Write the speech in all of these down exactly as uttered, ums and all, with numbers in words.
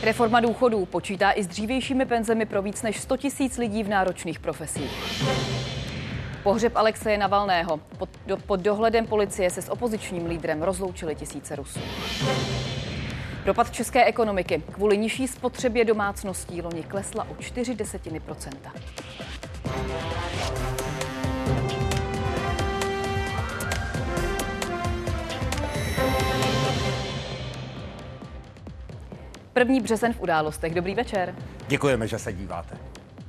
Reforma důchodů počítá i s dřívějšími penzemi pro víc než sto tisíc lidí v náročných profesích. Pohřeb Alexeje Navalného. Pod, do, pod dohledem policie se s opozičním lídrem rozloučili tisíce Rusů. Dopad české ekonomiky. Kvůli nižší spotřebě domácností loni klesla o čtyři desetiny procenta. První březen v Událostech. Dobrý večer. Děkujeme, že se díváte.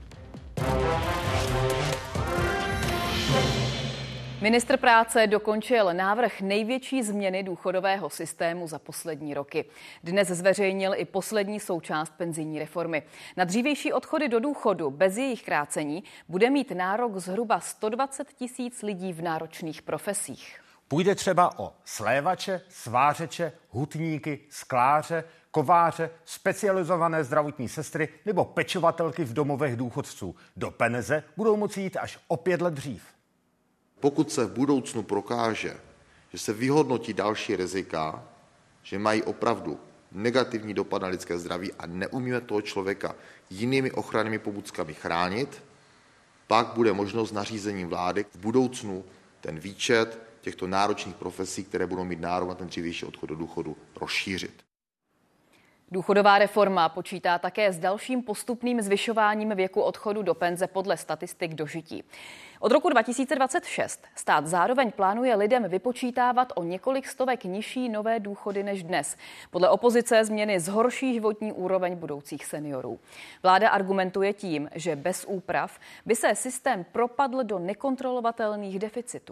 Ministr práce dokončil návrh největší změny důchodového systému za poslední roky. Dnes zveřejnil i poslední součást penzijní reformy. Na dřívější odchody do důchodu bez jejich krácení bude mít nárok zhruba sto dvacet tisíc lidí v náročných profesích. Půjde třeba o slévače, svářeče, hutníky, skláře, kováře, specializované zdravotní sestry nebo pečovatelky v domovech důchodců. Do penze budou moci jít až o pět let dřív. Pokud se v budoucnu prokáže, že se vyhodnotí další rizika, že mají opravdu negativní dopad na lidské zdraví a neumíme toho člověka jinými ochrannými pomůckami chránit, pak bude možnost nařízením vlády v budoucnu ten výčet těchto náročných profesí, které budou mít nárok na ten dřívější odchod do důchodu, rozšířit. Důchodová reforma počítá také s dalším postupným zvyšováním věku odchodu do penze podle statistik dožití. Od roku dva tisíce dvacet šest stát zároveň plánuje lidem vypočítávat o několik stovek nižší nové důchody než dnes. Podle opozice změny zhorší životní úroveň budoucích seniorů. Vláda argumentuje tím, že bez úprav by se systém propadl do nekontrolovatelných deficitů.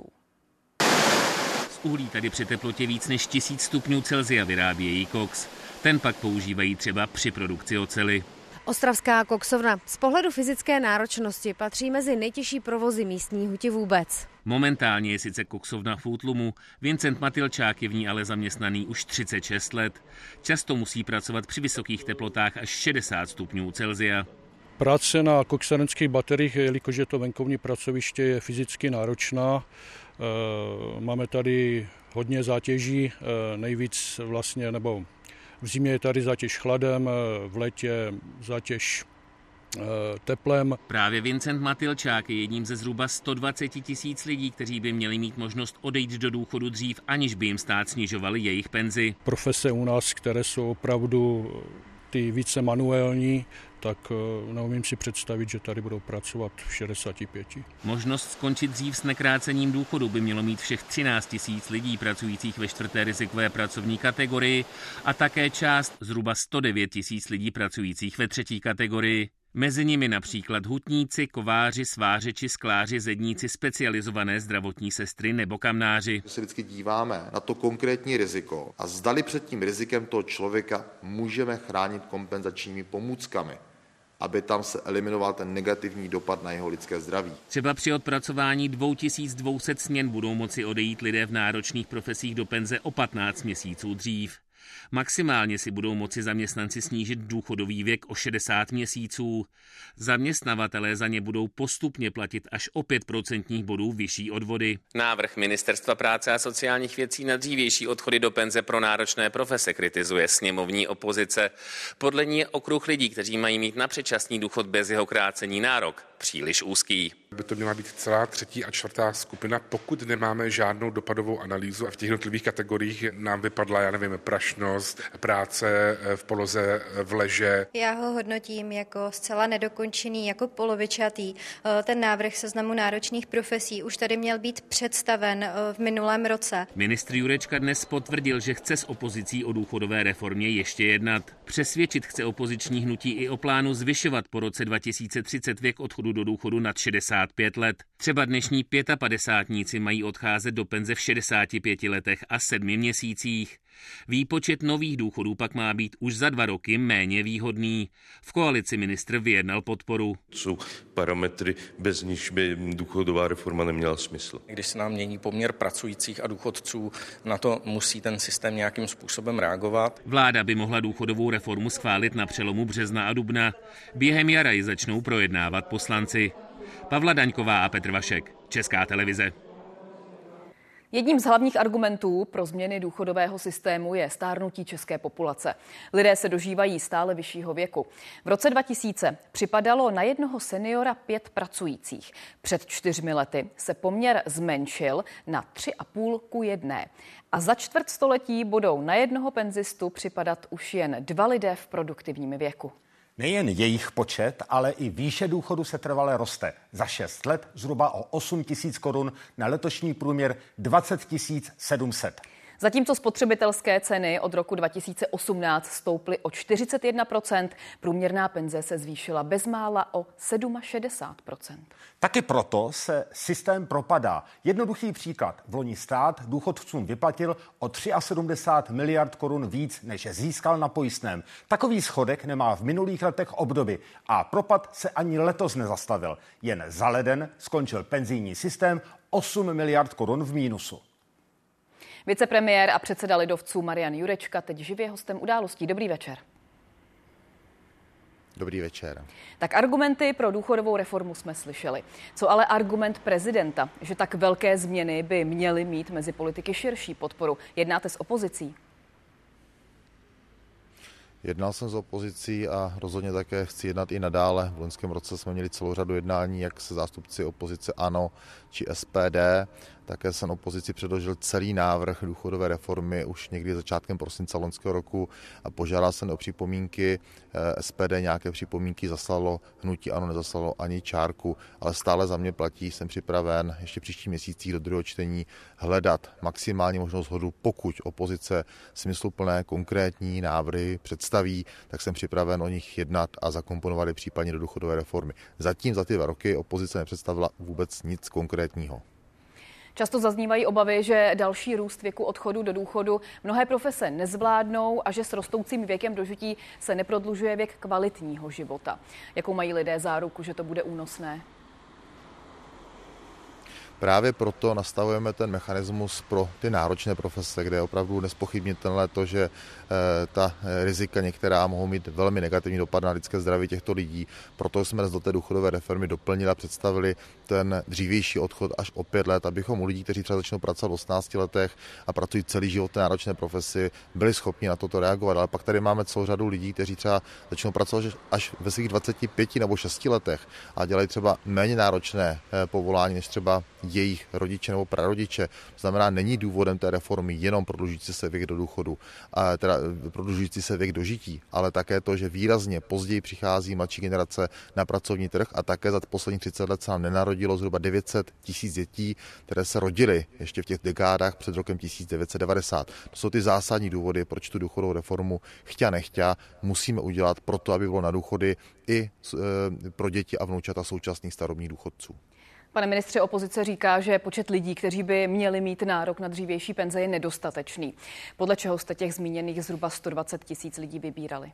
Z uhlí tady při teplotě víc než tisíc stupňů Celsia vyrábějí koks. Ten pak používají třeba při produkci oceli. Ostravská koksovna z pohledu fyzické náročnosti patří mezi nejtěžší provozy místní huti vůbec. Momentálně je sice koksovna v útlumu, Vincent Matylčák je v ní ale zaměstnaný už třicet šest let. Často musí pracovat při vysokých teplotách až šedesát stupňů Celsia. Práce na koksárenských bateriích, jelikož je to venkovní pracoviště, je fyzicky náročná. Máme tady hodně zátěží, nejvíc vlastně, nebo v zimě je tady zátěž chladem, v létě zátěž teplem. Právě Vincent Matylčák je jedním ze zhruba sto dvacet tisíc lidí, kteří by měli mít možnost odejít do důchodu dřív, aniž by jim stát snižovali jejich penzi. Profese u nás, které jsou opravdu ty více manuální, tak neumím si představit, že tady budou pracovat v šedesáti pěti. Možnost skončit dřív s nekrácením důchodu by mělo mít všech třináct tisíc lidí pracujících ve čtvrté rizikové pracovní kategorii a také část zhruba sto devět tisíc lidí pracujících ve třetí kategorii. Mezi nimi například hutníci, kováři, svářeči, skláři, zedníci, specializované zdravotní sestry nebo kamnáři. My se vždycky díváme na to konkrétní riziko a zdali před tím rizikem toho člověka můžeme chránit kompenzačními pomůckami, aby tam se eliminoval ten negativní dopad na jeho lidské zdraví. Třeba při odpracování dva tisíce dvě stě směn budou moci odejít lidé v náročných profesích do penze o patnáct měsíců dřív. Maximálně si budou moci zaměstnanci snížit důchodový věk o šedesát měsíců. Zaměstnavatelé za ně budou postupně platit až o pět procentních bodů vyšší odvody. Návrh Ministerstva práce a sociálních věcí na dřívější odchody do penze pro náročné profese kritizuje sněmovní opozice. Podle ní je okruh lidí, kteří mají mít na předčasný důchod bez jeho krácení nárok, příliš úzký. By to měla být celá třetí a čtvrtá skupina, pokud nemáme žádnou dopadovou analýzu a v těch jednotlivých kategoriích nám vypadla, já nevím, prašnost, práce v poloze v leže. Já ho hodnotím jako zcela nedokončený, jako polovičatý. Ten návrh seznamu náročných profesí už tady měl být představen v minulém roce. Ministr Jurečka dnes potvrdil, že chce s opozicí o důchodové reformě ještě jednat. Přesvědčit chce opoziční hnutí i o plánu zvyšovat po roce dva tisíce třicet věk odchodu do důchodu nad šedesát pět let. Třeba dnešní padesátníci mají odcházet do penze v šedesáti pěti letech a sedmi měsících. Výpočet nových důchodů pak má být už za dva roky méně výhodný. V koalici ministr vyjednal podporu. Jsou parametry, bez nichž by důchodová reforma neměla smysl. Když se nám mění poměr pracujících a důchodců, na to musí ten systém nějakým způsobem reagovat. Vláda by mohla důchodovou reformu schválit na přelomu března a dubna. Během jara ji začnou projednávat poslanci. Pavla Daňková a Petr Vašek, Česká televize. Jedním z hlavních argumentů pro změny důchodového systému je stárnutí české populace. Lidé se dožívají stále vyššího věku. V roce dva tisíce připadalo na jednoho seniora pět pracujících. Před čtyřmi lety se poměr zmenšil na tři a půl ku jedné. A za čtvrt století budou na jednoho penzistu připadat už jen dva lidé v produktivním věku. Nejen jejich počet, ale i výše důchodu se trvale roste. Za šest let zhruba o osm tisíc korun na letošní průměr dvacet tisíc sedm set. Zatímco spotřebitelské ceny od roku dva tisíce osmnáct stouply o čtyřicet jedna procent, průměrná penze se zvýšila bezmála o šedesát sedm procent. Taky proto se systém propadá. Jednoduchý příklad. Vloni stát důchodcům vyplatil o sedmdesát tři miliard korun víc, než získal na pojistném. Takový schodek nemá v minulých letech obdoby a propad se ani letos nezastavil. Jen za leden skončil penzijní systém osm miliard korun v mínusu. Vicepremiér a předseda lidovců Marian Jurečka teď živě hostem Událostí. Dobrý večer. Dobrý večer. Tak argumenty pro důchodovou reformu jsme slyšeli. Co ale argument prezidenta, že tak velké změny by měly mít mezi politiky širší podporu? Jednáte s opozicí? Jednal jsem s opozicí a rozhodně také chci jednat i nadále. V loňském roce jsme měli celou řadu jednání, jak se zástupci opozice ANO či S P D. Také jsem opozici předložil celý návrh důchodové reformy už někdy začátkem prosince loňského roku a požádal jsem o připomínky. S P D nějaké připomínky zaslalo, hnutí ANO nezaslalo ani čárku, ale stále za mě platí, jsem připraven ještě příští měsících do druhého čtení hledat maximální možnou shodu, pokud opozice smysluplné konkrétní návrhy představí, tak jsem připraven o nich jednat a zakomponovat je případně do důchodové reformy. Zatím za ty dva roky opozice nepředstavila vůbec nic konkrétního. Často zaznívají obavy, že další růst věku odchodu do důchodu mnohé profese nezvládnou a že s rostoucím věkem dožití se neprodlužuje věk kvalitního života. Jakou mají lidé záruku, že to bude únosné? Právě proto nastavujeme ten mechanismus pro ty náročné profese, kde je opravdu nespochybnitelné to, že ta rizika některá mohou mít velmi negativní dopad na lidské zdraví těchto lidí. Proto jsme do té důchodové reformy doplnili a představili ten dřívější odchod až o pět let, abychom u lidí, kteří třeba začnou pracovat v osmnácti letech a pracují celý život v té náročné profesi, byli schopni na toto reagovat. Ale pak tady máme celou řadu lidí, kteří třeba začnou pracovat až ve svých dvaceti pěti nebo šesti letech a dělají třeba méně náročné povolání než třeba jejich rodiče nebo prarodiče. To znamená, není důvodem té reformy jenom prodlužující se věk do důchodu, a teda prodlužující se věk dožití, ale také to, že výrazně později přichází mladší generace na pracovní trh a také za posledních třicet let se nám nenarodilo zhruba devět set tisíc dětí, které se rodily ještě v těch dekádách před rokem tisíc devět set devadesát. To jsou ty zásadní důvody, proč tu důchodovou reformu chtě nechtě musíme udělat proto, aby bylo na důchody i pro děti a vnoučata současných starobních důchodců. Pane ministře, opozice říká, že počet lidí, kteří by měli mít nárok na dřívější penze, je nedostatečný. Podle čeho jste těch zmíněných zhruba sto dvacet tisíc lidí vybírali?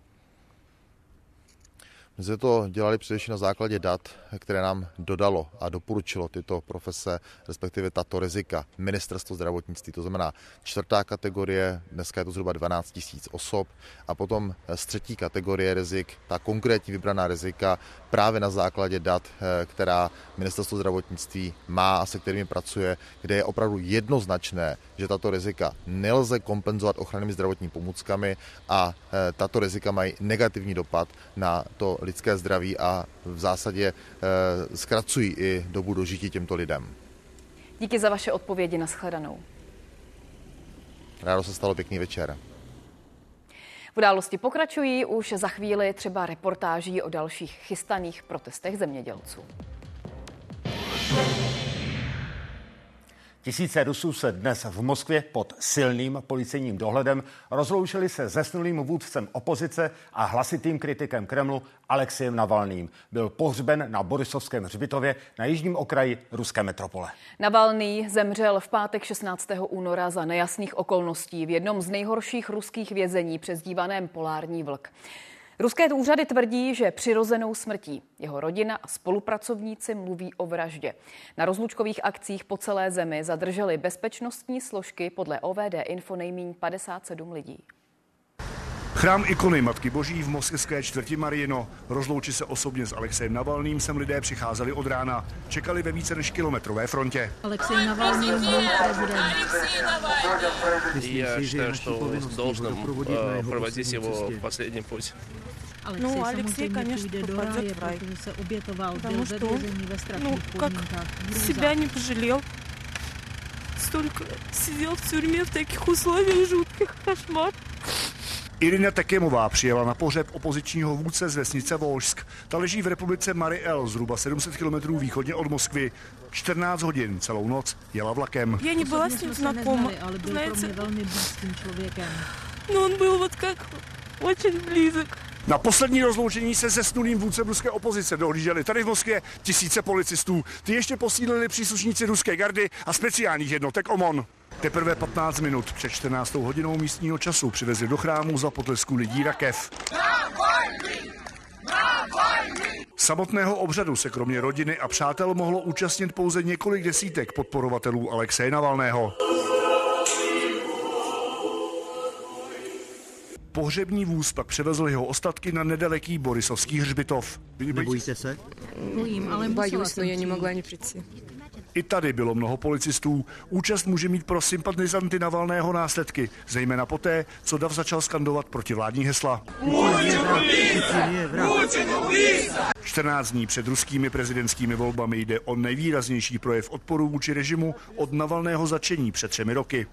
My jsme to dělali především na základě dat, které nám dodalo a doporučilo tyto profese, respektive tato rizika, Ministerstvo zdravotnictví. To znamená čtvrtá kategorie, dneska je to zhruba dvanáct tisíc osob a potom z třetí kategorie rizik, ta konkrétní vybraná rizika právě na základě dat, která Ministerstvo zdravotnictví má a se kterými pracuje, kde je opravdu jednoznačné, že tato rizika nelze kompenzovat ochrannými zdravotními pomůckami a tato rizika mají negativní dopad na to lidské zdraví a v zásadě eh, zkracují i dobu dožití těmto lidem. Díky za vaše odpovědi, nashledanou. Rádo se stalo, pěkný večer. Události pokračují už za chvíli třeba reportáží o dalších chystaných protestech zemědělců. Tisíce Rusů se dnes v Moskvě pod silným policejním dohledem rozloučili se zesnulým vůdcem opozice a hlasitým kritikem Kremlu Alexejem Navalným. Byl pohřben na Borisovském hřbitově na jižním okraji ruské metropole. Navalný zemřel v pátek šestnáctého února za nejasných okolností v jednom z nejhorších ruských vězení přezdívaném Polární vlk. Ruské úřady tvrdí, že přirozenou smrtí. Jeho rodina a spolupracovníci mluví o vraždě. Na rozlučkových akcích po celé zemi zadrželi bezpečnostní složky podle O V D Info nejmíň padesát sedm lidí. Chrám ikony Matky Boží v moskevské čtvrti Mariino. Rozloučit se osobně s Alexejem Navalným sem lidé přicházeli od rána. Čekali ve více než kilometrové frontě. Alexej Navalný, můj prezident. Já считаю, что должным проводить его в последний путь. No, Alexej, конечно, попадет в рай. Потому что он, ну, как себя не пожалел. Столько сидел в тюрьме в таких условиях жутких, кошмар. Irina Tekemová přijela na pohřeb opozičního vůdce z vesnice Volžsk. Ta leží v republice Mariel, zhruba sedm set kilometrů východně od Moskvy. čtrnáct hodin celou noc jela vlakem. Já nebyla s ním znakoma, ale byl pro mě velmi blízkým člověkem. No, on byl вот как очень blízek. Na poslední rozloučení se zesnulým vůdcem ruské opozice dohlíželi tady v Moskvě tisíce policistů. Ty ještě posílili příslušníci ruské gardy a speciálních jednotek O M O N. Teprve patnáct minut před čtrnáctou hodinou místního času přivezli do chrámu za potlesku lidí rakev. Samotného obřadu se kromě rodiny a přátel mohlo účastnit pouze několik desítek podporovatelů Alexeje Navalného. Pohřební vůz pak převezl jeho ostatky na nedaleký Borisovský hřbitov. Nebojíte se? Bojím, ale Bojuсь, но я не могла не прийти. I tady bylo mnoho policistů. Účast může mít pro sympatizanty Navalného následky, zejména poté, co dav začal skandovat protivládní hesla. čtrnáct dní před ruskými prezidentskými volbami jde o nejvýraznější projev odporu vůči režimu od Navalného zatčení před třemi roky.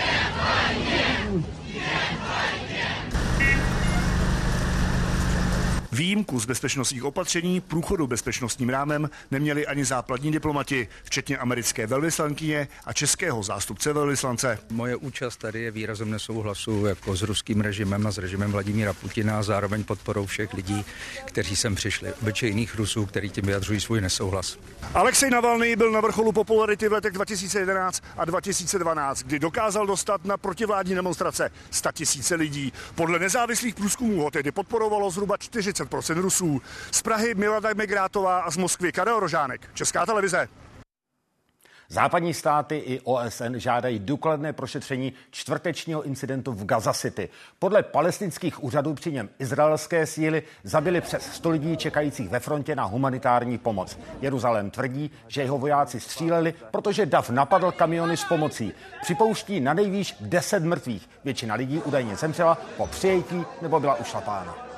Výjimku z bezpečnostních opatření průchodu bezpečnostním rámem neměli ani západní diplomati, včetně americké velvyslankyně a českého zástupce velvyslance. Moje účast tady je výrazem nesouhlasu jako s ruským režimem a s režimem Vladimíra Putina a zároveň podporou všech lidí, kteří sem přišli, obyčejných Rusů, kteří tím vyjadřují svůj nesouhlas. Alexej Navalný byl na vrcholu popularity v letech dva tisíce jedenáct a dva tisíce dvanáct, kdy dokázal dostat na protivládní demonstrace statisíce lidí. Podle nezávislých průzkumů ho tedy podporovalo zhruba čtyřicet procent Rusů. Z Prahy Milada Megrátová a z Moskvy Karel Rožánek, Česká televize. Západní státy i O S N žádají důkladné prošetření čtvrtečního incidentu v Gaza City. Podle palestinských úřadů při něm izraelské síly zabili přes sto lidí čekajících ve frontě na humanitární pomoc. Jeruzalém tvrdí, že jeho vojáci stříleli, protože dav napadl kamiony s pomocí. Připouští na nejvýš deset mrtvých. Většina lidí údajně zemřela po přijetí nebo byla ušlapána.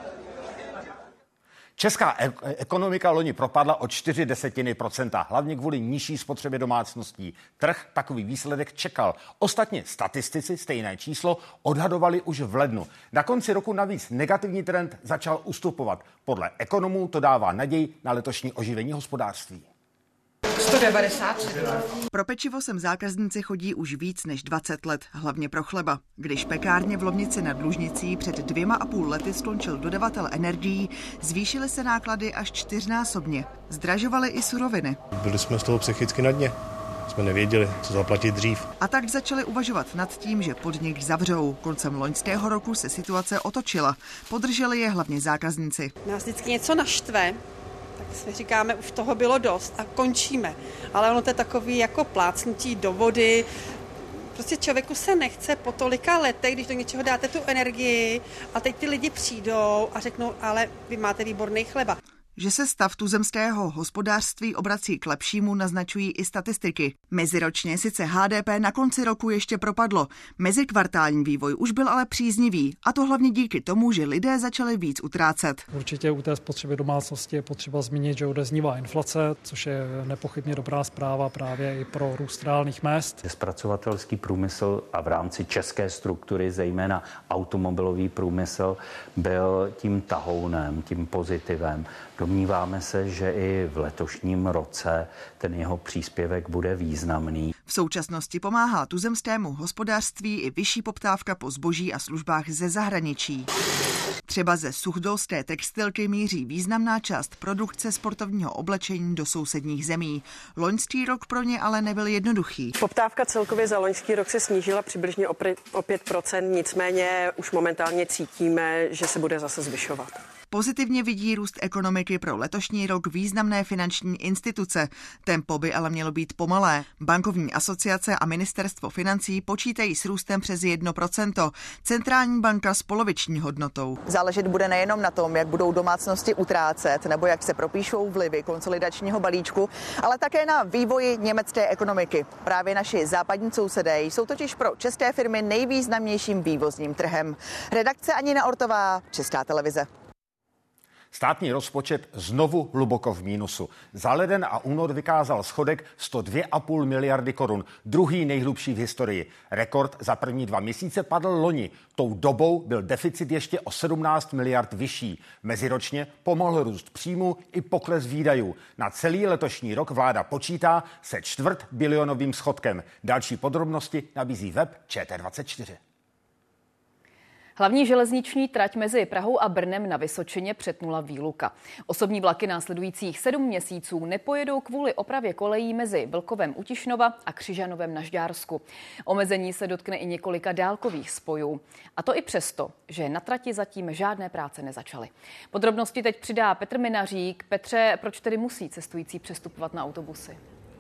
Česká ekonomika loni propadla o čtyři desetiny procenta, hlavně kvůli nižší spotřebě domácností. Trh takový výsledek čekal. Ostatně statistici stejné číslo odhadovali už v lednu. Na konci roku navíc negativní trend začal ustupovat. Podle ekonomů to dává naději na letošní oživení hospodářství. sto devadesát. Pro pečivo sem zákazníci chodí už víc než dvacet let, hlavně pro chleba. Když pekárně v Lomnici nad Lužnicí před dvěma a půl lety skončil dodavatel energií, zvýšily se náklady až čtyřnásobně. Zdražovaly i suroviny. Byli jsme z toho psychicky na dně. Jsme nevěděli, co zaplatit dřív. A tak začali uvažovat nad tím, že podnik zavřou. Koncem loňského roku se situace otočila. Podrželi je hlavně zákazníci. Nás vždycky něco naštve, tak si říkáme, už toho bylo dost a končíme. Ale ono to je takový jako plácnutí do vody. Prostě člověku se nechce po tolika letech, když do něčeho dáte tu energii a teď ty lidi přijdou a řeknou, ale vy máte výborný chleba. Že se stav tuzemského hospodářství obrací k lepšímu, naznačují i statistiky. Meziročně sice H D P na konci roku ještě propadlo, mezikvartální vývoj už byl ale příznivý, a to hlavně díky tomu, že lidé začali víc utrácet. Určitě u té spotřeby domácnosti je potřeba zmínit, že odeznívá inflace, což je nepochybně dobrá zpráva právě i pro růst reálných mezd. Zpracovatelský průmysl a v rámci české struktury, zejména automobilový průmysl, byl tím tahounem, tím pozitivem. Domníváme se, že i v letošním roce ten jeho příspěvek bude významný. V současnosti pomáhá tuzemskému hospodářství i vyšší poptávka po zboží a službách ze zahraničí. Třeba ze suchdolské textilky míří významná část produkce sportovního oblečení do sousedních zemí. Loňský rok pro ně ale nebyl jednoduchý. Poptávka celkově za loňský rok se snížila přibližně o pět procent, nicméně už momentálně cítíme, že se bude zase zvyšovat. Pozitivně vidí růst ekonomiky pro letošní rok významné finanční instituce. Tempo by ale mělo být pomalé. Bankovní asociace a ministerstvo financí počítají s růstem přes jedno procento. Centrální banka s poloviční hodnotou. Záležet bude nejenom na tom, jak budou domácnosti utrácet nebo jak se propíšou vlivy konsolidačního balíčku, ale také na vývoji německé ekonomiky. Právě naši západní sousedé jsou totiž pro české firmy nejvýznamnějším vývozním trhem. Redakce Anina Ortová, Česká televize. Státní rozpočet znovu hluboko v mínusu. Za leden a únor vykázal schodek sto dvě a půl miliardy korun, druhý nejhlubší v historii. Rekord za první dva měsíce padl loni. Tou dobou byl deficit ještě o sedmnáct miliard vyšší. Meziročně pomohl růst příjmů i pokles výdajů. Na celý letošní rok vláda počítá se čtvrt bilionovým schodkem. Další podrobnosti nabízí web Č T dvacet čtyři. Hlavní železniční trať mezi Prahou a Brnem na Vysočině přetnula výluka. Osobní vlaky následujících sedm měsíců nepojedou kvůli opravě kolejí mezi Vlkovem u Tišnova a Křižanovem na Žďársku. Omezení se dotkne i několika dálkových spojů. A to i přesto, že na trati zatím žádné práce nezačaly. Podrobnosti teď přidá Petr Minařík. Petře, proč tedy musí cestující přestupovat na autobusy?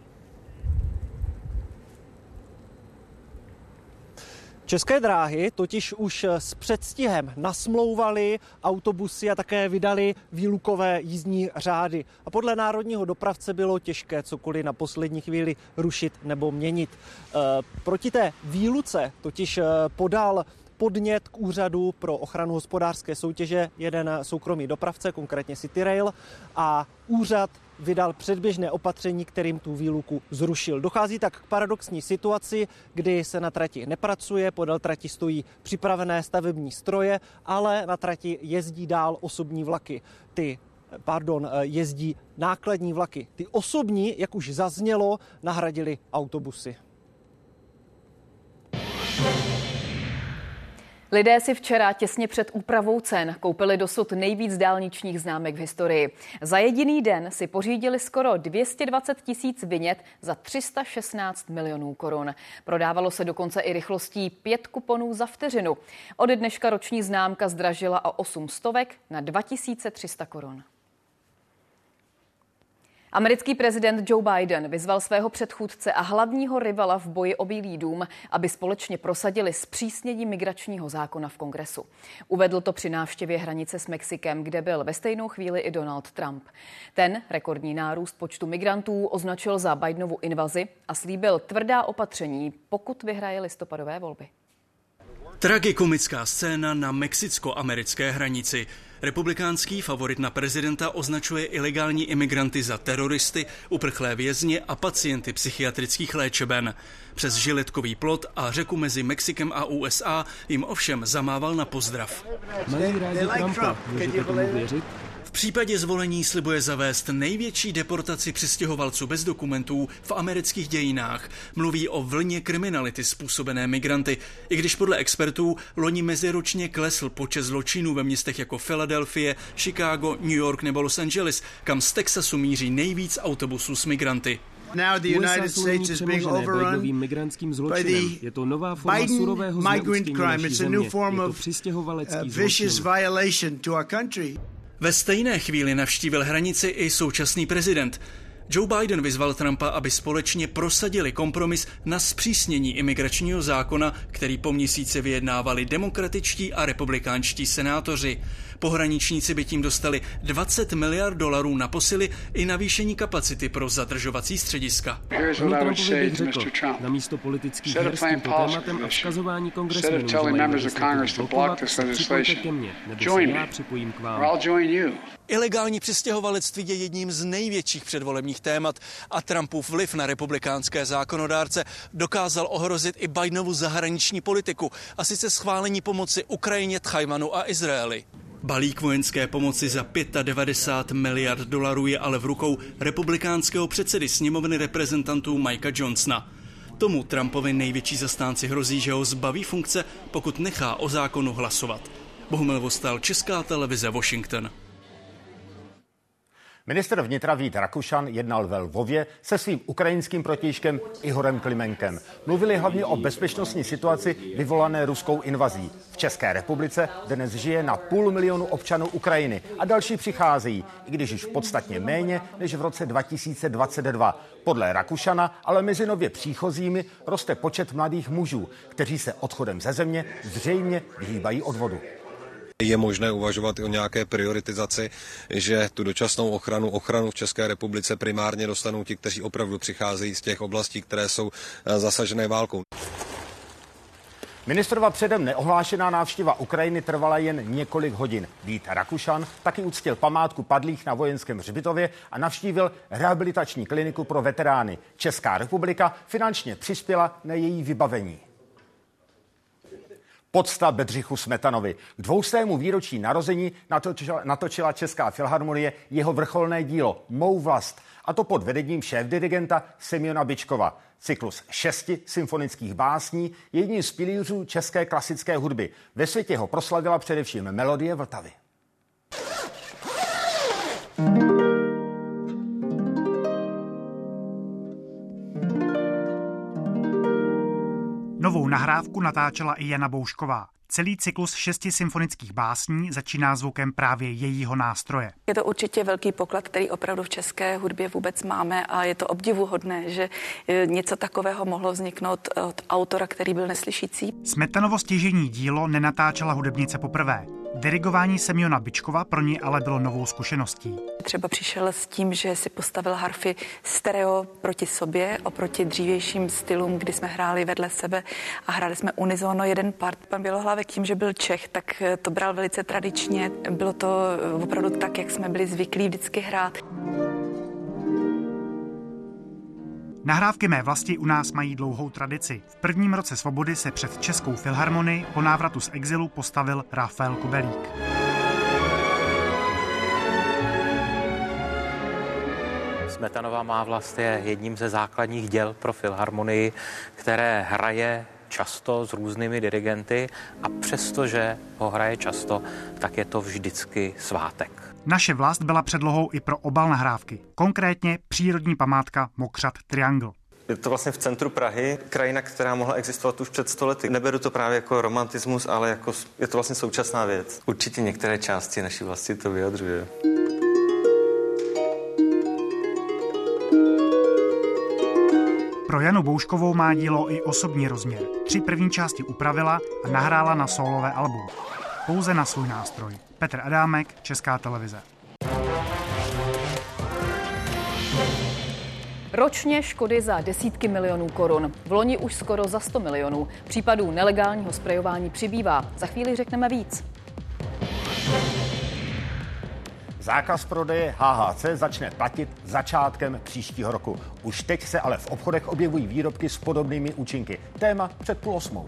České dráhy totiž už s předstihem nasmlouvaly autobusy a také vydali výlukové jízdní řády. A podle národního dopravce bylo těžké cokoliv na poslední chvíli rušit nebo měnit. E, proti té výluce totiž podal podnět k úřadu pro ochranu hospodářské soutěže jeden soukromý dopravce, konkrétně CityRail, a úřad vydal předběžné opatření, kterým tu výluku zrušil. Dochází tak k paradoxní situaci, kdy se na trati nepracuje, podél trati stojí připravené stavební stroje, ale na trati jezdí dál osobní vlaky. Ty Pardon, jezdí nákladní vlaky. Ty osobní, jak už zaznělo, nahradili autobusy. Lidé si včera těsně před úpravou cen koupili dosud nejvíc dálničních známek v historii. Za jediný den si pořídili skoro dvě stě dvacet tisíc vinět za tři sta šestnáct milionů korun. Prodávalo se dokonce i rychlostí pět kuponů za vteřinu. Od dneška roční známka zdražila o osm stovek na dva tisíce tři sta korun. Americký prezident Joe Biden vyzval svého předchůdce a hlavního rivala v boji o Bílý dům, aby společně prosadili zpřísnění migračního zákona v Kongresu. Uvedl to při návštěvě hranice s Mexikem, kde byl ve stejnou chvíli i Donald Trump. Ten rekordní nárůst počtu migrantů označil za Bidenovu invazi a slíbil tvrdá opatření, pokud vyhraje listopadové volby. Tragikomická scéna na mexicko-americké hranici. Republikánský favorit na prezidenta označuje ilegální imigranty za teroristy, uprchlé vězně a pacienty psychiatrických léčeben. Přes žiletkový plot a řeku mezi Mexikem a U S A jim ovšem zamával na pozdrav. Mají rádi Trumpa, můžete tomu věřit? V případě zvolení slibuje zavést největší deportaci přistěhovalců bez dokumentů v amerických dějinách. Mluví o vlně kriminality způsobené migranty, i když podle expertů loni meziročně klesl počet zločinů ve městech jako Philadelphia, Chicago, New York nebo Los Angeles, kam z Texasu míří nejvíc autobusů s migranty. Now the United States is being overrun by the Je to nová forma Biden migrant crime. It's a new form of uh, vicious violation to our country. Ve stejné chvíli navštívil hranici i současný prezident. Joe Biden vyzval Trumpa, aby společně prosadili kompromis na zpřísnění imigračního zákona, který po měsíci vyjednávali demokratičtí a republikánští senátoři. Pohraničníci by tím dostali dvacet miliard dolarů na posily i navýšení kapacity pro zadržovací střediska. Trumpovi bych řekl, na místo politických her s tímto tématem a vzkazování kongresmenů, že mají legislativu blokovat, připojte ke mně, nebo se já připojím k vám. Ilegální přistěhovalectví je jedním z největších předvolebních témat a Trumpův vliv na republikánské zákonodárce dokázal ohrozit i Bidenovu zahraniční politiku, a sice schválení pomoci Ukrajině, Tchajwanu a Izraeli. Balík vojenské pomoci za devadesát pět miliard dolarů je ale v rukou republikánského předsedy sněmovny reprezentantů Mikea Johnsona. Tomu Trumpovi největší zastánci hrozí, že ho zbaví funkce, pokud nechá o zákonu hlasovat. Bohumil Vostál, Česká televize, Washington. Ministr vnitra Vít Rakušan jednal ve Lvově se svým ukrajinským protějškem Ihorem Klimenkem. Mluvili hlavně o bezpečnostní situaci vyvolané ruskou invazí. V České republice dnes žije na půl milionu občanů Ukrajiny a další přicházejí, i když už podstatně méně než v roce dva tisíce dvacet dva. Podle Rakušana ale mezi nově příchozími roste počet mladých mužů, kteří se odchodem ze země zřejmě vyhýbají odvodu. Je možné uvažovat i o nějaké prioritizaci, že tu dočasnou ochranu, ochranu v České republice primárně dostanou ti, kteří opravdu přicházejí z těch oblastí, které jsou zasažené válkou. Ministrova předem neohlášená návštěva Ukrajiny trvala jen několik hodin. Vít Rakušan taky uctil památku padlých na vojenském hřbitově a navštívil rehabilitační kliniku pro veterány. Česká republika finančně přispěla na její vybavení. Podsta Bedřichu Smetanovi. K dvoustému výročí narození natočila, natočila Česká filharmonie jeho vrcholné dílo Mou vlast, a to pod vedením šéfdirigenta Semjona Byčkova. Cyklus šesti symfonických básní je jedním z pilířů české klasické hudby. Ve světě ho proslavila především melodie Vltavy. Novou nahrávku natáčela i Jana Boušková. Celý cyklus šesti symfonických básní začíná zvukem právě jejího nástroje. Je to určitě velký poklad, který opravdu v české hudbě vůbec máme a je to obdivuhodné, že něco takového mohlo vzniknout od autora, který byl neslyšící. Smetanovo stěžejní dílo nenatáčela hudebnice poprvé. Dirigování Semjona Byčkova pro ní ale bylo novou zkušeností. Třeba přišel s tím, že si postavil harfy stereo proti sobě, oproti dřívějším stylům, kdy jsme hráli vedle sebe a hráli jsme unisono jeden part. Pan Bělohlavek tím, že byl Čech, tak to bral velice tradičně. Bylo to opravdu tak, jak jsme byli zvyklí vždycky hrát. Nahrávky Mé vlasti u nás mají dlouhou tradici. V prvním roce svobody se před Českou filharmonii po návratu z exilu postavil Rafael Kubelík. Smetanova Má vlast je jedním ze základních děl pro filharmonii, které hraje často s různými dirigenty a přestože ho hraje často, tak je to vždycky svátek. Naše vlast byla předlohou i pro obal nahrávky, konkrétně přírodní památka Mokřad Triangle. Je to vlastně v centru Prahy, krajina, která mohla existovat už před sto lety. Neberu to právě jako romantismus, ale jako, je to vlastně současná věc. Určitě některé části naší vlasti to vyjadřuje. Pro Janu Bouškovou má dílo i osobní rozměr. Tři první části upravila a nahrála na sólové album. Pouze na svůj nástroj. Petr Adámek, Česká televize. Ročně škody za desítky milionů korun. V loni už skoro za sto milionů. Případů nelegálního sprejování přibývá. Za chvíli řekneme víc. Zákaz prodeje H H C začne platit začátkem příštího roku. Už teď se ale v obchodech objevují výrobky s podobnými účinky. Téma před půl osmou.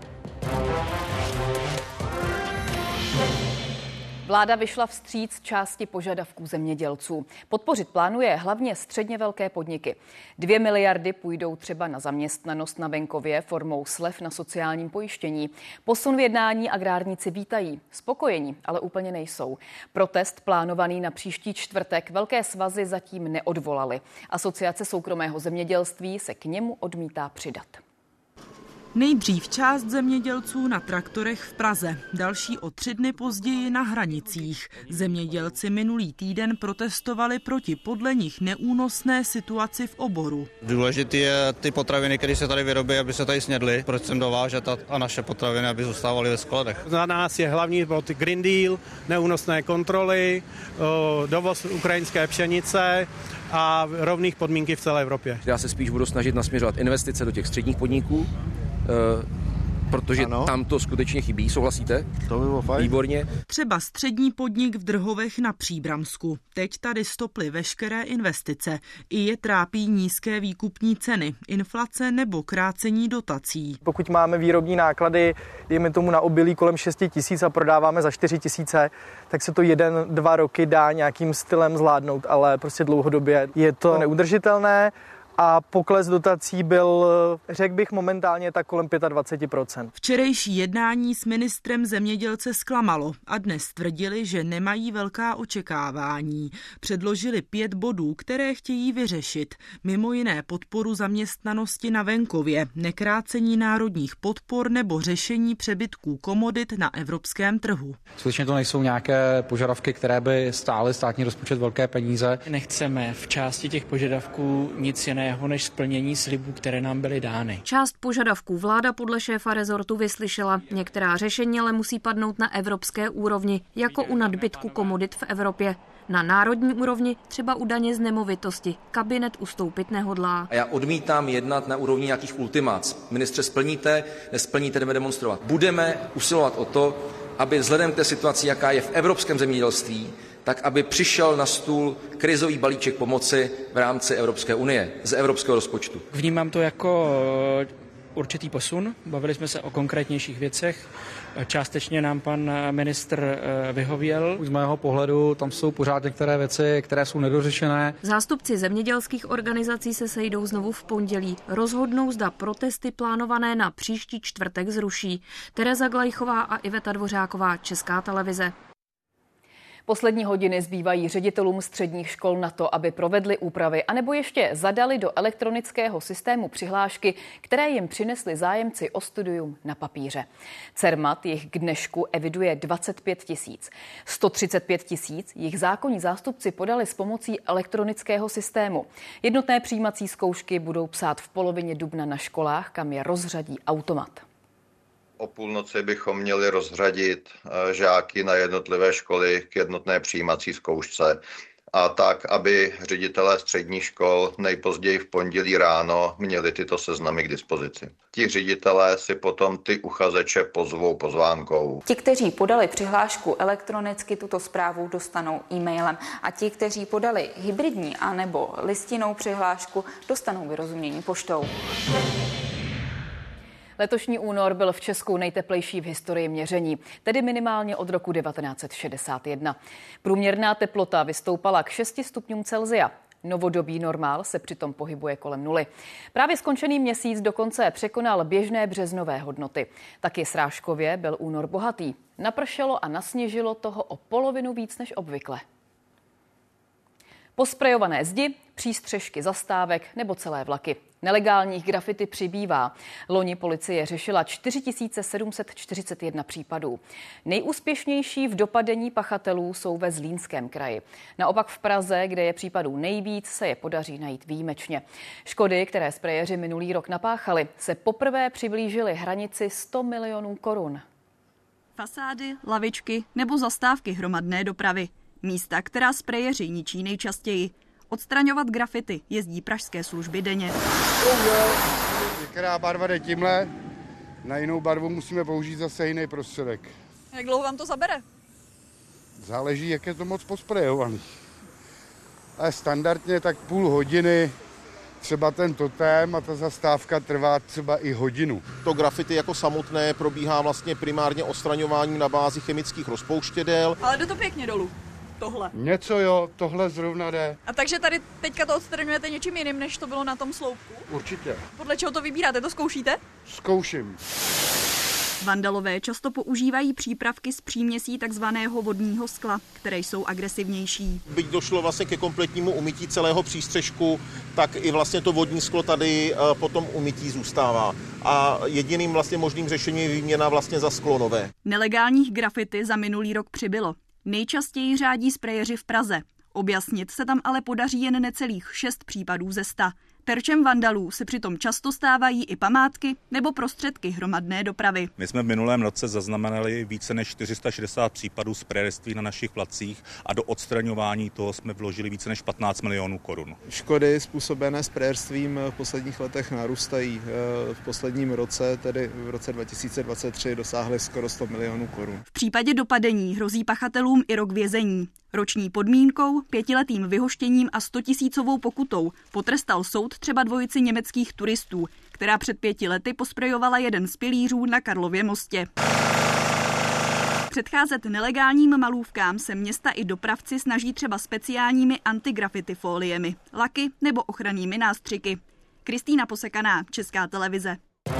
Vláda vyšla vstříc části požadavků zemědělců. Podpořit plánuje hlavně středně velké podniky. Dvě miliardy půjdou třeba na zaměstnanost na venkově formou slev na sociálním pojištění. Posun v jednání agrárníci vítají. Spokojení ale úplně nejsou. Protest plánovaný na příští čtvrtek velké svazy zatím neodvolaly. Asociace soukromého zemědělství se k němu odmítá přidat. Nejdřív část zemědělců na traktorech v Praze, další o tři dny později na hranicích. Zemědělci minulý týden protestovali proti podle nich neúnosné situaci v oboru. Důležité je ty potraviny, které se tady vyrobí, aby se tady snědly. Proč sem dovážet a, a naše potraviny, aby zůstávaly ve skladech. Za nás je hlavní Green Deal, neúnosné kontroly, dovoz ukrajinské pšenice a rovných podmínky v celé Evropě. Já se spíš budu snažit nasměřovat investice do těch středních podniků, protože ano, tam to skutečně chybí. Souhlasíte? To by bylo fajn. Výborně. Třeba střední podnik v Drhovech na Příbramsku. Teď tady stoply veškeré investice. I je trápí nízké výkupní ceny, inflace nebo krácení dotací. Pokud máme výrobní náklady, dejme tomu na obilí kolem šest tisíc a prodáváme za čtyři tisíce, tak se to jeden, dva roky dá nějakým stylem zvládnout, ale prostě dlouhodobě je to neudržitelné. a pokles dotací byl, řekl bych, momentálně tak kolem dvacet pět procent. Včerejší jednání s ministrem zemědělce zklamalo a dnes tvrdili, že nemají velká očekávání. Předložili pět bodů, které chtějí vyřešit. Mimo jiné podporu zaměstnanosti na venkově, nekrácení národních podpor nebo řešení přebytků komodit na evropském trhu. Skutečně to nejsou nějaké požadavky, které by stály státní rozpočet velké peníze. Nechceme v části těch požadavků nic jiného než splnění slibů, které nám byly dány. Část požadavků vláda podle šéfa rezortu vyslyšela. Některá řešení ale musí padnout na evropské úrovni, jako u nadbytku komodit v Evropě. Na národní úrovni, třeba u daně z nemovitosti, kabinet ustoupit nehodlá. A já odmítám jednat na úrovni nějakých ultimac. Ministře, splníte, nesplníte, jdeme demonstrovat. Budeme usilovat o to, aby vzhledem k té situaci, jaká je v evropském zemědělství, tak aby přišel na stůl krizový balíček pomoci v rámci Evropské unie, z evropského rozpočtu. Vnímám to jako určitý posun. Bavili jsme se o konkrétnějších věcech. Částečně nám pan ministr vyhověl. Z mého pohledu tam jsou pořád některé věci, které jsou nedořešené. Zástupci zemědělských organizací se sejdou znovu v pondělí. Rozhodnou, zda protesty plánované na příští čtvrtek zruší. Tereza Glajchová a Iveta Dvořáková, Česká televize. Poslední hodiny zbývají ředitelům středních škol na to, aby provedli úpravy anebo ještě zadali do elektronického systému přihlášky, které jim přinesli zájemci o studium na papíře. Cermat jich k dnešku eviduje dvacet pět tisíc. sto třicet pět tisíc jich zákonní zástupci podali s pomocí elektronického systému. Jednotné přijímací zkoušky budou psát v polovině dubna na školách, kam je rozřadí automat. O půlnoci bychom měli rozřadit žáky na jednotlivé školy k jednotné přijímací zkoušce a tak, aby ředitelé středních škol nejpozději v pondělí ráno měli tyto seznamy k dispozici. Ti ředitelé si potom ty uchazeče pozvou pozvánkou. Ti, kteří podali přihlášku elektronicky, tuto zprávu dostanou e-mailem a ti, kteří podali hybridní anebo listinnou přihlášku, dostanou vyrozumění poštou. Letošní únor byl v Česku nejteplejší v historii měření, tedy minimálně od roku devatenáct set šedesát jedna. Průměrná teplota vystoupala k šesti stupňům Celsia. Novodobý normál se přitom pohybuje kolem nuly. Právě skončený měsíc dokonce překonal běžné březnové hodnoty. Taky srážkově byl únor bohatý. Napršelo a nasněžilo toho o polovinu víc než obvykle. Posprejované zdi, přístřešky zastávek nebo celé vlaky. Nelegálních grafity přibývá. Loni policie řešila čtyři tisíce sedm set čtyřicet jedna případů. Nejúspěšnější v dopadení pachatelů jsou ve Zlínském kraji. Naopak v Praze, kde je případů nejvíc, se je podaří najít výjimečně. Škody, které sprejeři minulý rok napáchali, se poprvé přiblížily hranici sto milionů korun. Fasády, lavičky nebo zastávky hromadné dopravy. Místa, která sprejeři ničí nejčastěji. Odstraňovat grafity jezdí pražské služby denně. Některá barva jde tímhle, na jinou barvu musíme použít zase jiný prostředek. Jak dlouho vám to zabere? Záleží, jak je to moc posprejovaný. Ale standardně tak půl hodiny, třeba ten totém a ta zastávka trvá třeba i hodinu. To grafity jako samotné probíhá vlastně primárně odstraňováním na bázi chemických rozpouštědel. Ale jde to pěkně dolů. Tohle. Něco jo, tohle zrovna jde. A takže tady teďka to odstraňujete něčím jiným, než to bylo na tom sloupku? Určitě. Podle čeho to vybíráte, to zkoušíte? Zkouším. Vandalové často používají přípravky s příměsí takzvaného vodního skla, které jsou agresivnější. Byť došlo vlastně ke kompletnímu umytí celého přístřešku, tak i vlastně to vodní sklo tady po tom umytí zůstává. A jediným vlastně možným řešením je výměna vlastně za sklo nové. Nelegálních grafity za minulý rok přibylo. Nejčastěji řádí sprejeři v Praze. Objasnit se tam ale podaří jen necelých šest případů ze sta. Terčem vandalů se přitom často stávají i památky nebo prostředky hromadné dopravy. My jsme v minulém roce zaznamenali více než čtyři sta šedesát případů sprejérství na našich vlacích a do odstraňování toho jsme vložili více než patnáct milionů korun. Škody způsobené sprejérstvím v posledních letech narůstají. V posledním roce, tedy v roce dva tisíce dvacet tři, dosáhly skoro sto milionů korun. V případě dopadení hrozí pachatelům i rok vězení. Roční podmínkou, pětiletým vyhoštěním a stotisícovou pokutou potrestal soud třeba dvojici německých turistů, která před pěti lety posprejovala jeden z pilířů na Karlově mostě. Předcházet nelegálním malůvkám se města i dopravci snaží třeba speciálními antigrafity foliemi, laky nebo ochrannými nástřiky. Kristýna Posekaná, Česká televize.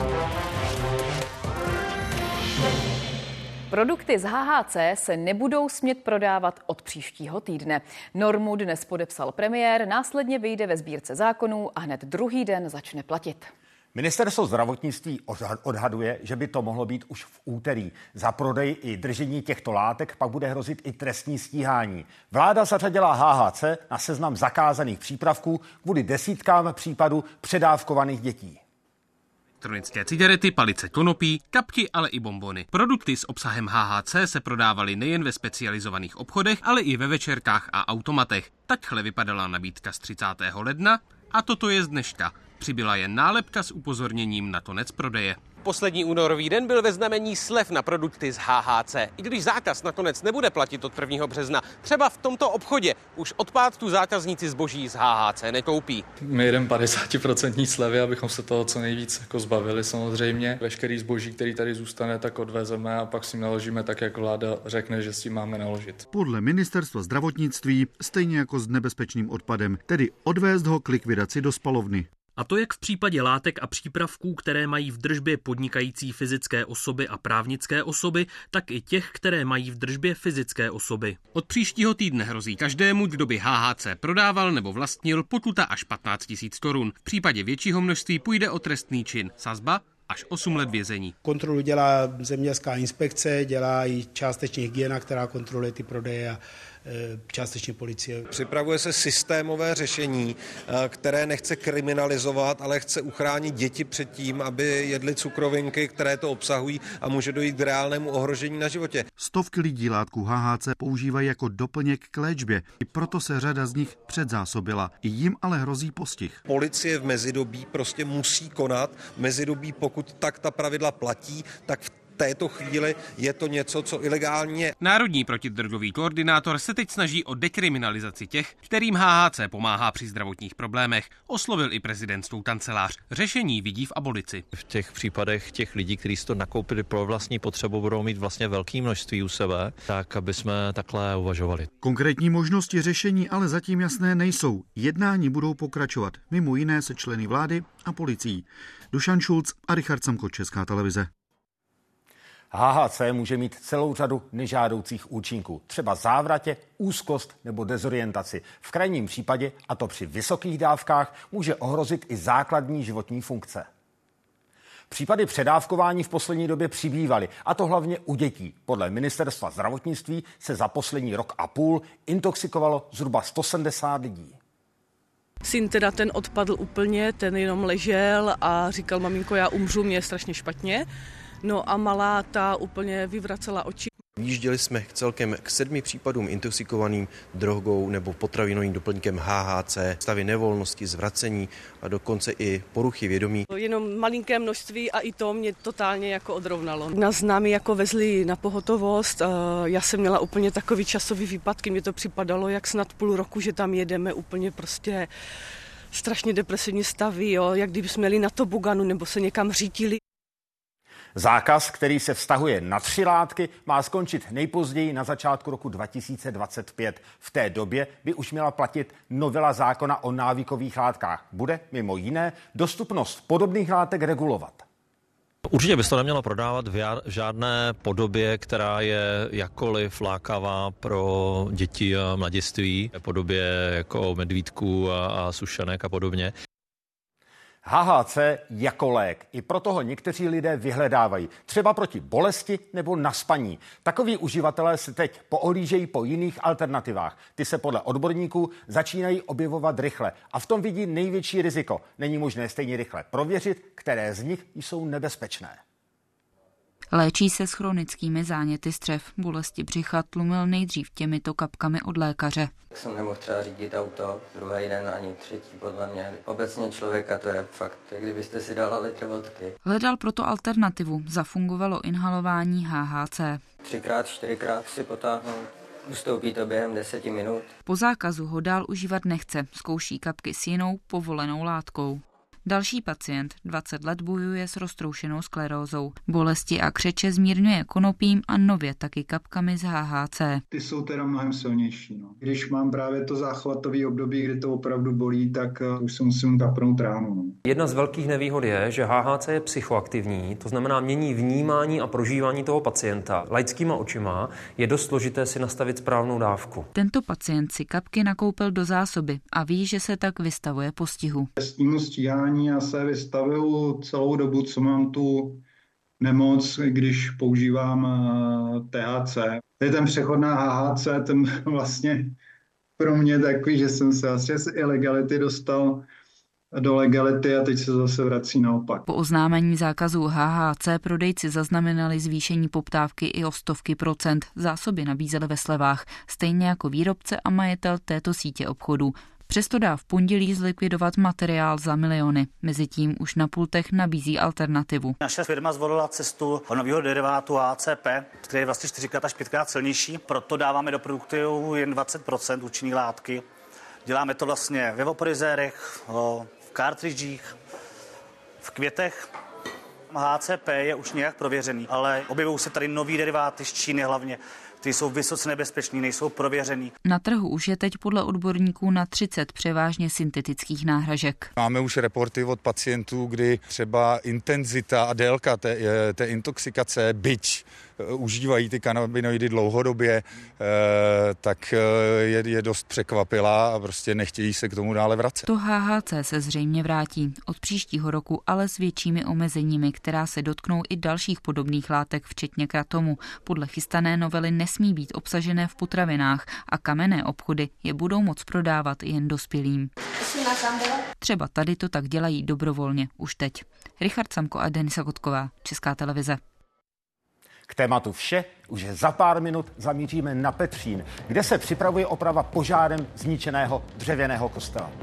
Produkty z H H C se nebudou smět prodávat od příštího týdne. Normu dnes podepsal premiér, následně vyjde ve sbírce zákonů a hned druhý den začne platit. Ministerstvo zdravotnictví odhaduje, že by to mohlo být už v úterý. Za prodej i držení těchto látek pak bude hrozit i trestní stíhání. Vláda zařadila H H C na seznam zakázaných přípravků kvůli desítkám případů předávkovaných dětí. Elektronické cigarety, palice konopí, kapky, ale i bonbony. Produkty s obsahem H H C se prodávaly nejen ve specializovaných obchodech, ale i ve večerkách a automatech. Takhle vypadala nabídka z třicátého ledna a toto je z dneška. Přibyla jen nálepka s upozorněním na konec prodeje. Poslední únorový den byl ve znamení slev na produkty z H H C. I když zákaz nakonec nebude platit od prvního března, třeba v tomto obchodě už od pátku zákazníci zboží z H H C nekoupí. My jedeme padesát procent slevy, abychom se toho co nejvíc jako zbavili samozřejmě. Veškerý zboží, který tady zůstane, tak odvezeme a pak si naložíme tak, jak vláda řekne, že s tím máme naložit. Podle ministerstva zdravotnictví stejně jako s nebezpečným odpadem, tedy odvést ho k likvidaci do spalovny. A to jak v případě látek a přípravků, které mají v držbě podnikající fyzické osoby a právnické osoby, tak i těch, které mají v držbě fyzické osoby. Od příštího týdne hrozí každému, kdo by H H C prodával nebo vlastnil, pokuta až patnáct tisíc korun. V případě většího množství půjde o trestný čin. Sazba až osm let vězení. Kontrolu dělá zemědělská inspekce, dělá i částečně hygiena, která kontroluje ty prodeje a částečně policie. Připravuje se systémové řešení, které nechce kriminalizovat, ale chce uchránit děti před tím, aby jedly cukrovinky, které to obsahují a může dojít k reálnému ohrožení na životě. Stovky lidí látku H H C používají jako doplněk k léčbě. I proto se řada z nich předzásobila. I jim ale hrozí postih. Policie v mezidobí prostě musí konat. V mezidobí, pokud tak ta pravidla platí, tak v této chvíli je to něco, co ilegální je. Národní protidrogový koordinátor se teď snaží o dekriminalizaci těch, kterým H H C pomáhá při zdravotních problémech. Oslovil i prezidentskou kancelář. Řešení vidí v abolici. V těch případech těch lidí, kteří si to nakoupili pro vlastní potřebu, budou mít vlastně velké množství u sebe, tak aby jsme takhle uvažovali. Konkrétní možnosti řešení ale zatím jasné nejsou. Jednání budou pokračovat, mimo jiné se členy vlády a policií. Dušan Šulc a Richard Samko, Česká televize. H H C může mít celou řadu nežádoucích účinků, třeba závratě, úzkost nebo dezorientaci. V krajním případě, a to při vysokých dávkách, může ohrozit i základní životní funkce. Případy předávkování v poslední době přibývaly, a to hlavně u dětí. Podle ministerstva zdravotnictví se za poslední rok a půl intoxikovalo zhruba sto sedmdesát lidí. Syn teda ten odpadl úplně, ten jenom ležel a říkal, maminko, já umřu, mě je strašně špatně. No a malá ta úplně vyvracela oči. Vyjížděli jsme celkem k sedmi případům intoxikovaným drogou nebo potravinovým doplňkem H H C, stavy nevolnosti, zvracení a dokonce i poruchy vědomí. Jenom malinké množství a i to mě totálně jako odrovnalo. Nás s námi jako vezli na pohotovost, já jsem měla úplně takový časový výpadky, mě to připadalo jak snad půl roku, že tam jedeme úplně prostě strašně depresivní stavy, jo, jak kdyby jsme jeli na toboganu nebo se někam řítili. Zákaz, který se vztahuje na tři látky, má skončit nejpozději na začátku roku dva tisíce dvacet pět. V té době by už měla platit novela zákona o návykových látkách. Bude mimo jiné dostupnost podobných látek regulovat. Určitě by se to nemělo prodávat v žádné podobě, která je jakkoliv lákavá pro děti a mladiství, v podobě jako medvídků a, a sušenek a podobně. H H C jako lék. I proto ho někteří lidé vyhledávají. Třeba proti bolesti nebo na spaní. Takoví uživatelé se teď poohlížejí po jiných alternativách. Ty se podle odborníků začínají objevovat rychle. A v tom vidí největší riziko. Není možné stejně rychle prověřit, které z nich jsou nebezpečné. Léčí se s chronickými záněty střev. Bolesti břicha tlumil nejdřív těmito kapkami od lékaře. Jsem nemohl třeba řídit auto, druhý den ani třetí podle mě. Obecně člověka to je fakt, jak kdybyste si dala litr vodky. Hledal proto alternativu. Zafungovalo inhalování H H C. Třikrát, čtyřikrát si potáhnout. Ustoupí to během deseti minut. Po zákazu ho dál užívat nechce. Zkouší kapky s jinou povolenou látkou. Další pacient dvacet let bojuje s roztroušenou sklerózou. Bolesti a křeče zmírňuje konopím a nově taky kapkami z H H C. Ty jsou teda mnohem silnější. No. Když mám právě to záchvatové období, kdy to opravdu bolí, tak uh, už se musím kapnout ráno. No. Jedna z velkých nevýhod je, že H H C je psychoaktivní, to znamená mění vnímání a prožívání toho pacienta. Laickýma očima je dost složité si nastavit správnou dávku. Tento pacient si kapky nakoupil do zásoby a ví, že se tak vystavuje postihu. S tím stíhání já se vystavuju celou dobu, co mám tu nemoc, když používám T H C. To je ten přechod na H H C, ten vlastně pro mě takový, že jsem se vlastně z ilegality dostal do legality a teď se zase vrací naopak. Po oznámení zákazu H H C prodejci zaznamenali zvýšení poptávky i o stovky procent. Zásoby nabízely ve slevách, stejně jako výrobce a majitel této sítě obchodů. Přesto dá v pondělí zlikvidovat materiál za miliony. Mezitím už na pultech nabízí alternativu. Naše firma zvolila cestu nového derivátu A C P, který je vlastně čtyřikrát až pětkrát silnější, proto dáváme do produktu jen dvacet procent účinné látky. Děláme to vlastně ve vaporizérech, v kartridžích, v květech. H C P je už nějak prověřený, ale objevují se tady nový deriváty z Číny hlavně. Ty jsou vysoce nebezpečný, nejsou prověřený. Na trhu už je teď podle odborníků na třicet převážně syntetických náhražek. Máme už reporty od pacientů, kdy třeba intenzita a délka té, té intoxikace, byť užívají ty kanabinoidy dlouhodobě, tak je, je dost překvapila a prostě nechtějí se k tomu dále vracet. To H H C se zřejmě vrátí od příštího roku, ale s většími omezeními, která se dotknou i dalších podobných látek, včetně kratomu. Podle chystané novely nesmí být obsažené v potravinách a kamenné obchody je budou moct prodávat jen dospělým. Třeba tady to tak dělají dobrovolně už teď. Richard Samko a Denisa Kotková, Česká televize. K tématu vše, už za pár minut zamíříme na Petřín, kde se připravuje oprava požárem zničeného dřevěného kostela.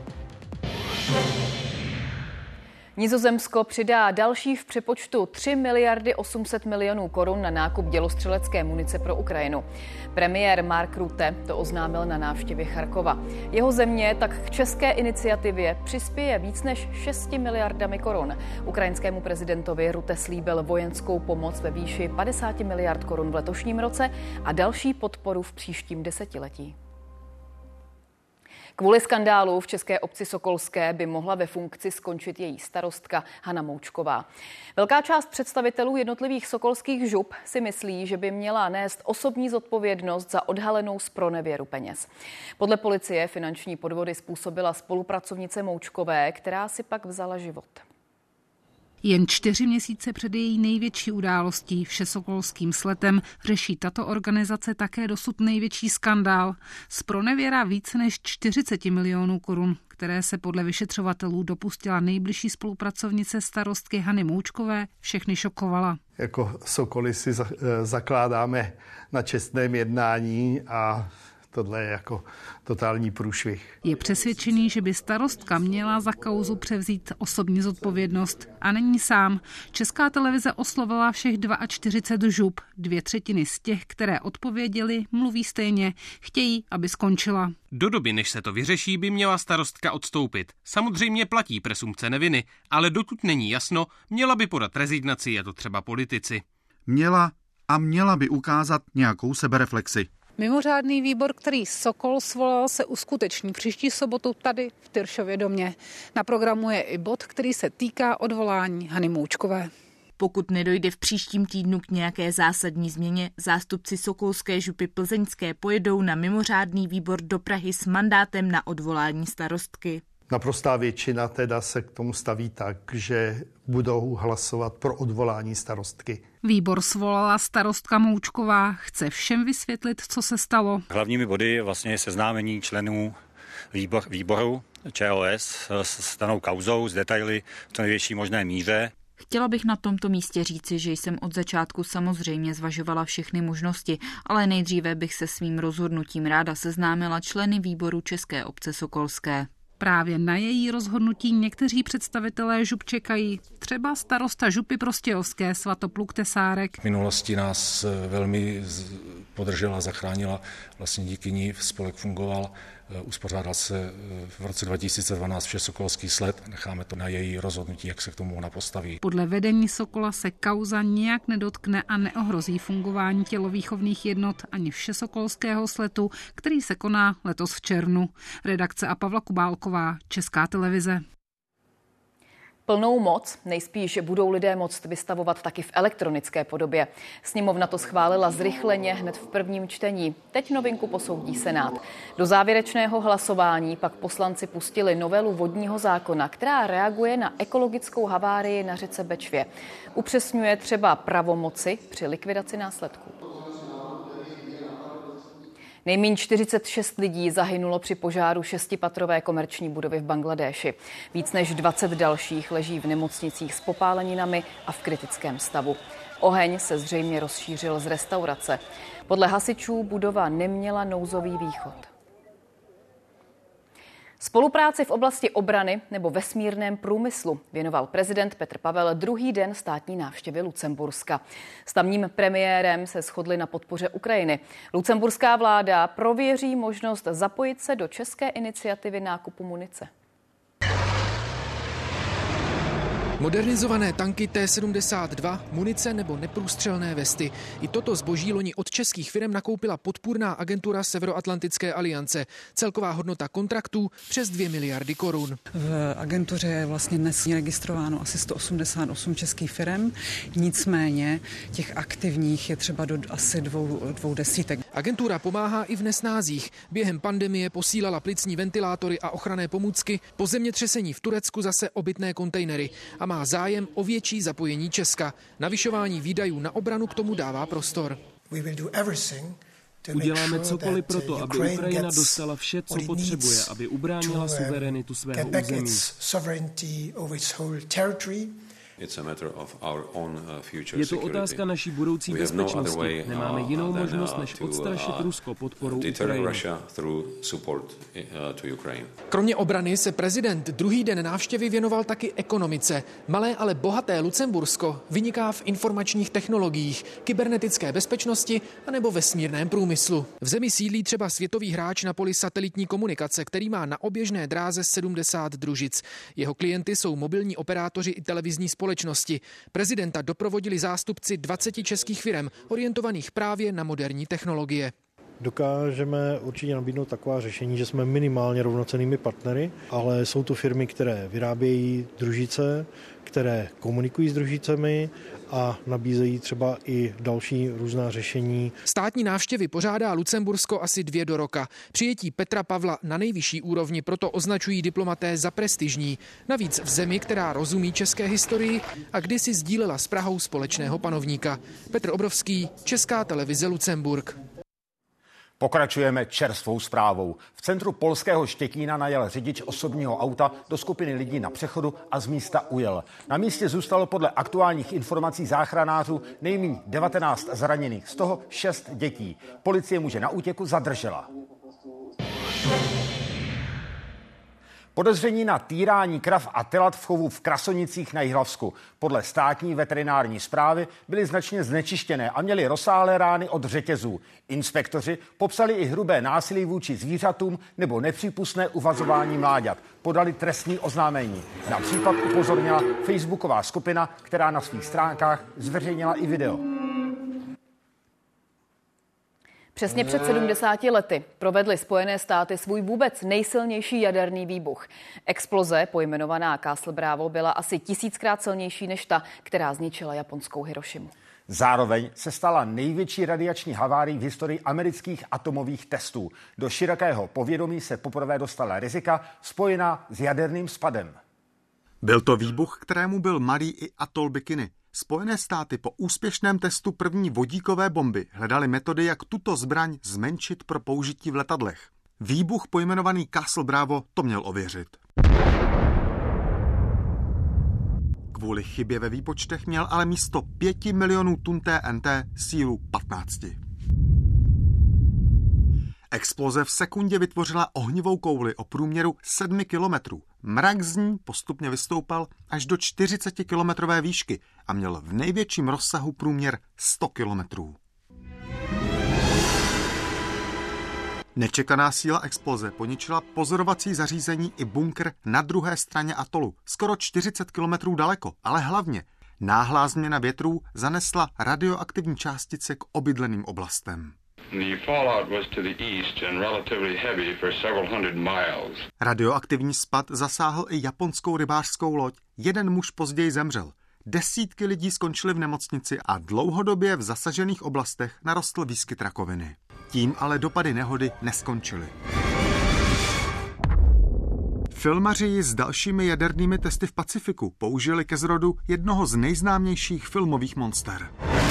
Nizozemsko přidá další v přepočtu tři miliardy osm set milionů korun na nákup dělostřelecké munice pro Ukrajinu. Premiér Mark Rutte to oznámil na návštěvě Charkova. Jeho země tak k české iniciativě přispěje víc než šesti miliardami korun. Ukrajinskému prezidentovi Rutte slíbil vojenskou pomoc ve výši padesát miliard korun v letošním roce a další podporu v příštím desetiletí. Kvůli skandálu v české obci Sokolské by mohla ve funkci skončit její starostka Hana Moučková. Velká část představitelů jednotlivých sokolských žup si myslí, že by měla nést osobní zodpovědnost za odhalenou zpronevěru peněz. Podle policie finanční podvody způsobila spolupracovnice Moučkové, která si pak vzala život. Jen čtyři měsíce před její největší událostí všesokolským sletem řeší tato organizace také dosud největší skandál. Zpronevěra více než čtyřicet milionů korun, které se podle vyšetřovatelů dopustila nejbližší spolupracovnice starostky Hany Moučkové, všechny šokovala. Jako Sokoly si zakládáme na čestném jednání a tohle je jako totální průšvih. Je přesvědčený, že by starostka měla za kauzu převzít osobní zodpovědnost. A není sám. Česká televize oslovila všech čtyřicet dva žup. Dvě třetiny z těch, které odpověděly, mluví stejně. Chtějí, aby skončila. Do doby, než se to vyřeší, by měla starostka odstoupit. Samozřejmě platí presumpce neviny, ale dokud není jasno, měla by podat rezignaci, je to třeba politici. Měla a měla by ukázat nějakou sebereflexi. Mimořádný výbor, který Sokol svolal, se uskuteční příští sobotu tady v Tyršově domě. Na programu je i bod, který se týká odvolání Hany Moučkové. Pokud nedojde v příštím týdnu k nějaké zásadní změně, zástupci Sokolské župy plzeňské pojedou na mimořádný výbor do Prahy s mandátem na odvolání starostky. Naprostá většina teda se k tomu staví tak, že budou hlasovat pro odvolání starostky. Výbor svolala starostka Moučková. Chce všem vysvětlit, co se stalo. Hlavními body je vlastně seznámení členů výbor, výboru Č O S s danou kauzou, s detaily v co největší možné míře. Chtěla bych na tomto místě říci, že jsem od začátku samozřejmě zvažovala všechny možnosti, ale nejdříve bych se svým rozhodnutím ráda seznámila členy výboru České obce Sokolské. Právě na její rozhodnutí někteří představitelé žup čekají. Třeba starosta župy Prostějovské Svatopluk Tesárek. V minulosti nás velmi podržela, zachránila. Vlastně díky ní spolek fungoval. Uspořádal se v roce dva tisíce dvanáct Všesokolský sled. Necháme to na její rozhodnutí, jak se k tomu ona postaví. Podle vedení Sokola se kauza nijak nedotkne a neohrozí fungování tělovýchovných jednot ani Všesokolského sletu, který se koná letos v červnu. Redakce a Pavla Kubálková, Česká televize. Plnou moc nejspíš budou lidé moct vystavovat taky v elektronické podobě. Sněmovna to schválila zrychleně hned v prvním čtení. Teď novinku posoudí Senát. Do závěrečného hlasování pak poslanci pustili novelu vodního zákona, která reaguje na ekologickou havárii na řece Bečvě. Upřesňuje třeba pravomoci při likvidaci následků. Nejméně čtyřicet šest lidí zahynulo při požáru šestipatrové komerční budovy v Bangladéši. Víc než dvacet dalších leží v nemocnicích s popáleninami a v kritickém stavu. Oheň se zřejmě rozšířil z restaurace. Podle hasičů budova neměla nouzový východ. Spolupráci v oblasti obrany nebo vesmírném průmyslu věnoval prezident Petr Pavel druhý den státní návštěvy Lucemburska. S tamním premiérem se shodli na podpoře Ukrajiny. Lucemburská vláda prověří možnost zapojit se do české iniciativy nákupu munice. Modernizované tanky T sedmdesát dva, munice nebo neprůstřelné vesty. I toto zboží loni od českých firm nakoupila podpůrná agentura Severoatlantické aliance. Celková hodnota kontraktů přes dvě miliardy korun. V agentuře je vlastně dnes registrováno asi sto osmdesát osm českých firm, nicméně těch aktivních je třeba do asi dvou, dvou desítek. Agentura pomáhá i v nesnázích. Během pandemie posílala plicní ventilátory a ochranné pomůcky, po zemětřesení v Turecku zase obytné kontejnery a má zájem o větší zapojení Česka. Navyšování výdajů na obranu k tomu dává prostor. Uděláme cokoliv pro to, aby Ukrajina dostala vše, co potřebuje, aby ubránila suverenitu svého území. Je to otázka naší budoucí bezpečnosti. Nemáme jinou možnost, než odstrašit Rusko podporou Ukrajiny. Kromě obrany se prezident druhý den návštěvy věnoval taky ekonomice. Malé, ale bohaté Lucembursko vyniká v informačních technologiích, kybernetické bezpečnosti anebo vesmírném průmyslu. V zemi sídlí třeba světový hráč na poli satelitní komunikace, který má na oběžné dráze sedmdesát družic. Jeho klienty jsou mobilní operátoři i televizní společnosti. Prezidenta doprovodili zástupci dvaceti českých firem orientovaných právě na moderní technologie. Dokážeme určitě nabídnout taková řešení, že jsme minimálně rovnocennými partnery, ale jsou to firmy, které vyrábějí družice, které komunikují s družicemi a nabízejí třeba i další různá řešení. Státní návštěvy pořádá Lucembursko asi dvě do roka. Přijetí Petra Pavla na nejvyšší úrovni proto označují diplomaté za prestižní. Navíc v zemi, která rozumí české historii a kdysi sdílela s Prahou společného panovníka. Petr Obrovský, Česká televize Lucemburk. Pokračujeme čerstvou zprávou. V centru polského Štětína najel řidič osobního auta do skupiny lidí na přechodu a z místa ujel. Na místě zůstalo podle aktuálních informací záchranářů nejméně devatenáct zraněných, z toho šest dětí. Policie muže na útěku zadržela. Podezření na týrání krav a telat v chovu v Krasonicích na Jihlavsku. Podle státní veterinární správy byly značně znečištěné a měly rozsáhlé rány od řetězů. Inspektoři popsali i hrubé násilí vůči zvířatům nebo nepřípustné uvazování mláďat. Podali trestní oznámení. Na případ upozornila facebooková skupina, která na svých stránkách zveřejnila i video. Přesně před sedmdesáti lety provedly Spojené státy svůj vůbec nejsilnější jaderný výbuch. Exploze, pojmenovaná Castle Bravo, byla asi tisíckrát silnější než ta, která zničila japonskou Hirošimu. Zároveň se stala největší radiační havárií v historii amerických atomových testů. Do širokého povědomí se poprvé dostala rizika spojená s jaderným spadem. Byl to výbuch, kterému byl malý i atol Bikini. Spojené státy po úspěšném testu první vodíkové bomby hledaly metody, jak tuto zbraň zmenšit pro použití v letadlech. Výbuch pojmenovaný Castle Bravo to měl ověřit. Kvůli chybě ve výpočtech měl ale místo pěti milionů tun T N T sílu patnácti. Exploze v sekundě vytvořila ohnivou kouli o průměru sedmi kilometrů. Mrak z ní postupně vystoupal až do čtyřicetikilometrové výšky a měl v největším rozsahu průměr sto kilometrů. Nečekaná síla exploze poničila pozorovací zařízení i bunkr na druhé straně atolu, skoro čtyřicet kilometrů daleko, ale hlavně náhlá změna větrů zanesla radioaktivní částice k obydleným oblastem. Radioaktivní spad zasáhl i japonskou rybářskou loď. Jeden muž později zemřel. Desítky lidí skončily v nemocnici a dlouhodobě v zasažených oblastech narostl výskyt rakoviny. Tím ale dopady nehody neskončily. Filmaři s dalšími jadernými testy v Pacifiku použili ke zrodu jednoho z nejznámějších filmových monster.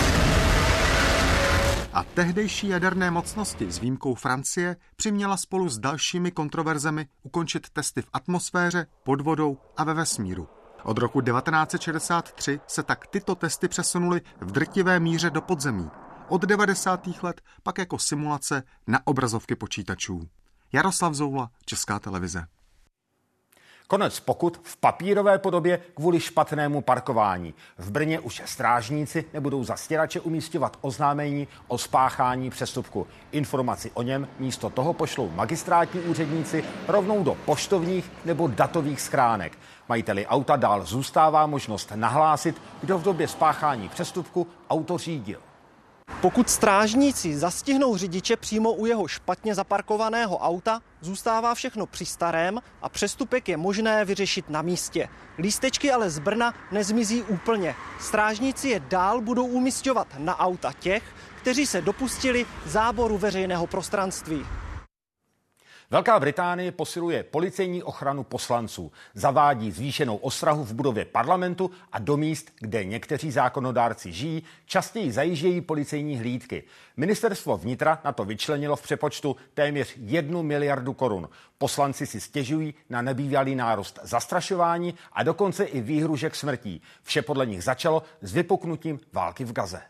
A tehdejší jaderné mocnosti s výjimkou Francie přiměla spolu s dalšími kontroverzemi ukončit testy v atmosféře, pod vodou a ve vesmíru. Od roku devatenáct set šedesát tři se tak tyto testy přesunuly v drtivé míře do podzemí. Od devadesátých let pak jako simulace na obrazovky počítačů. Jaroslav Zoula, Česká televize. Konec pokut v papírové podobě kvůli špatnému parkování. V Brně už strážníci nebudou za stěrače umísťovat oznámení o spáchání přestupku. Informaci o něm místo toho pošlou magistrátní úředníci rovnou do poštovních nebo datových schránek. Majiteli auta dál zůstává možnost nahlásit, kdo v době spáchání přestupku auto řídil. Pokud strážníci zastihnou řidiče přímo u jeho špatně zaparkovaného auta, zůstává všechno při starém a přestupek je možné vyřešit na místě. Lístečky ale z Brna nezmizí úplně. Strážníci je dál budou umísťovat na auta těch, kteří se dopustili záboru veřejného prostranství. Velká Británie posiluje policejní ochranu poslanců, zavádí zvýšenou ostrahu v budově parlamentu a do míst, kde někteří zákonodárci žijí, častěji zajíždějí policejní hlídky. Ministerstvo vnitra na to vyčlenilo v přepočtu téměř jednu miliardu korun. Poslanci si stěžují na nebývalý nárůst zastrašování a dokonce i výhružek smrtí. Vše podle nich začalo s vypuknutím války v Gaze.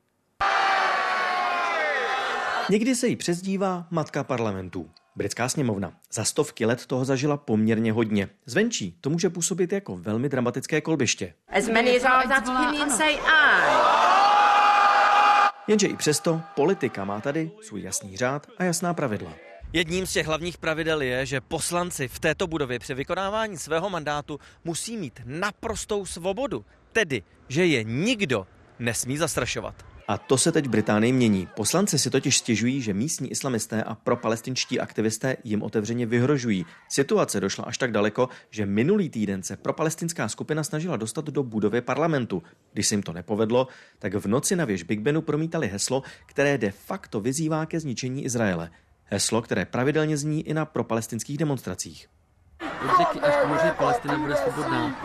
Někdy se jí přezdívá matka parlamentů. Britská sněmovna za stovky let toho zažila poměrně hodně. Zvenčí to může působit jako velmi dramatické kolbiště. As many as are that opinion say aye. Jenže i přesto politika má tady svůj jasný řád a jasná pravidla. Jedním z těch hlavních pravidel je, že poslanci v této budově při vykonávání svého mandátu musí mít naprostou svobodu. Tedy, že je nikdo nesmí zastrašovat. A to se teď v Británii mění. Poslanci si totiž stěžují, že místní islamisté a propalestinští aktivisté jim otevřeně vyhrožují. Situace došla až tak daleko, že minulý týden se propalestinská skupina snažila dostat do budovy parlamentu. Když se jim to nepovedlo, tak v noci na věž Big Benu promítali heslo, které de facto vyzývá ke zničení Izraele. Heslo, které pravidelně zní i na propalestinských demonstracích. Od řeky až k moři Palestina bude svobodná.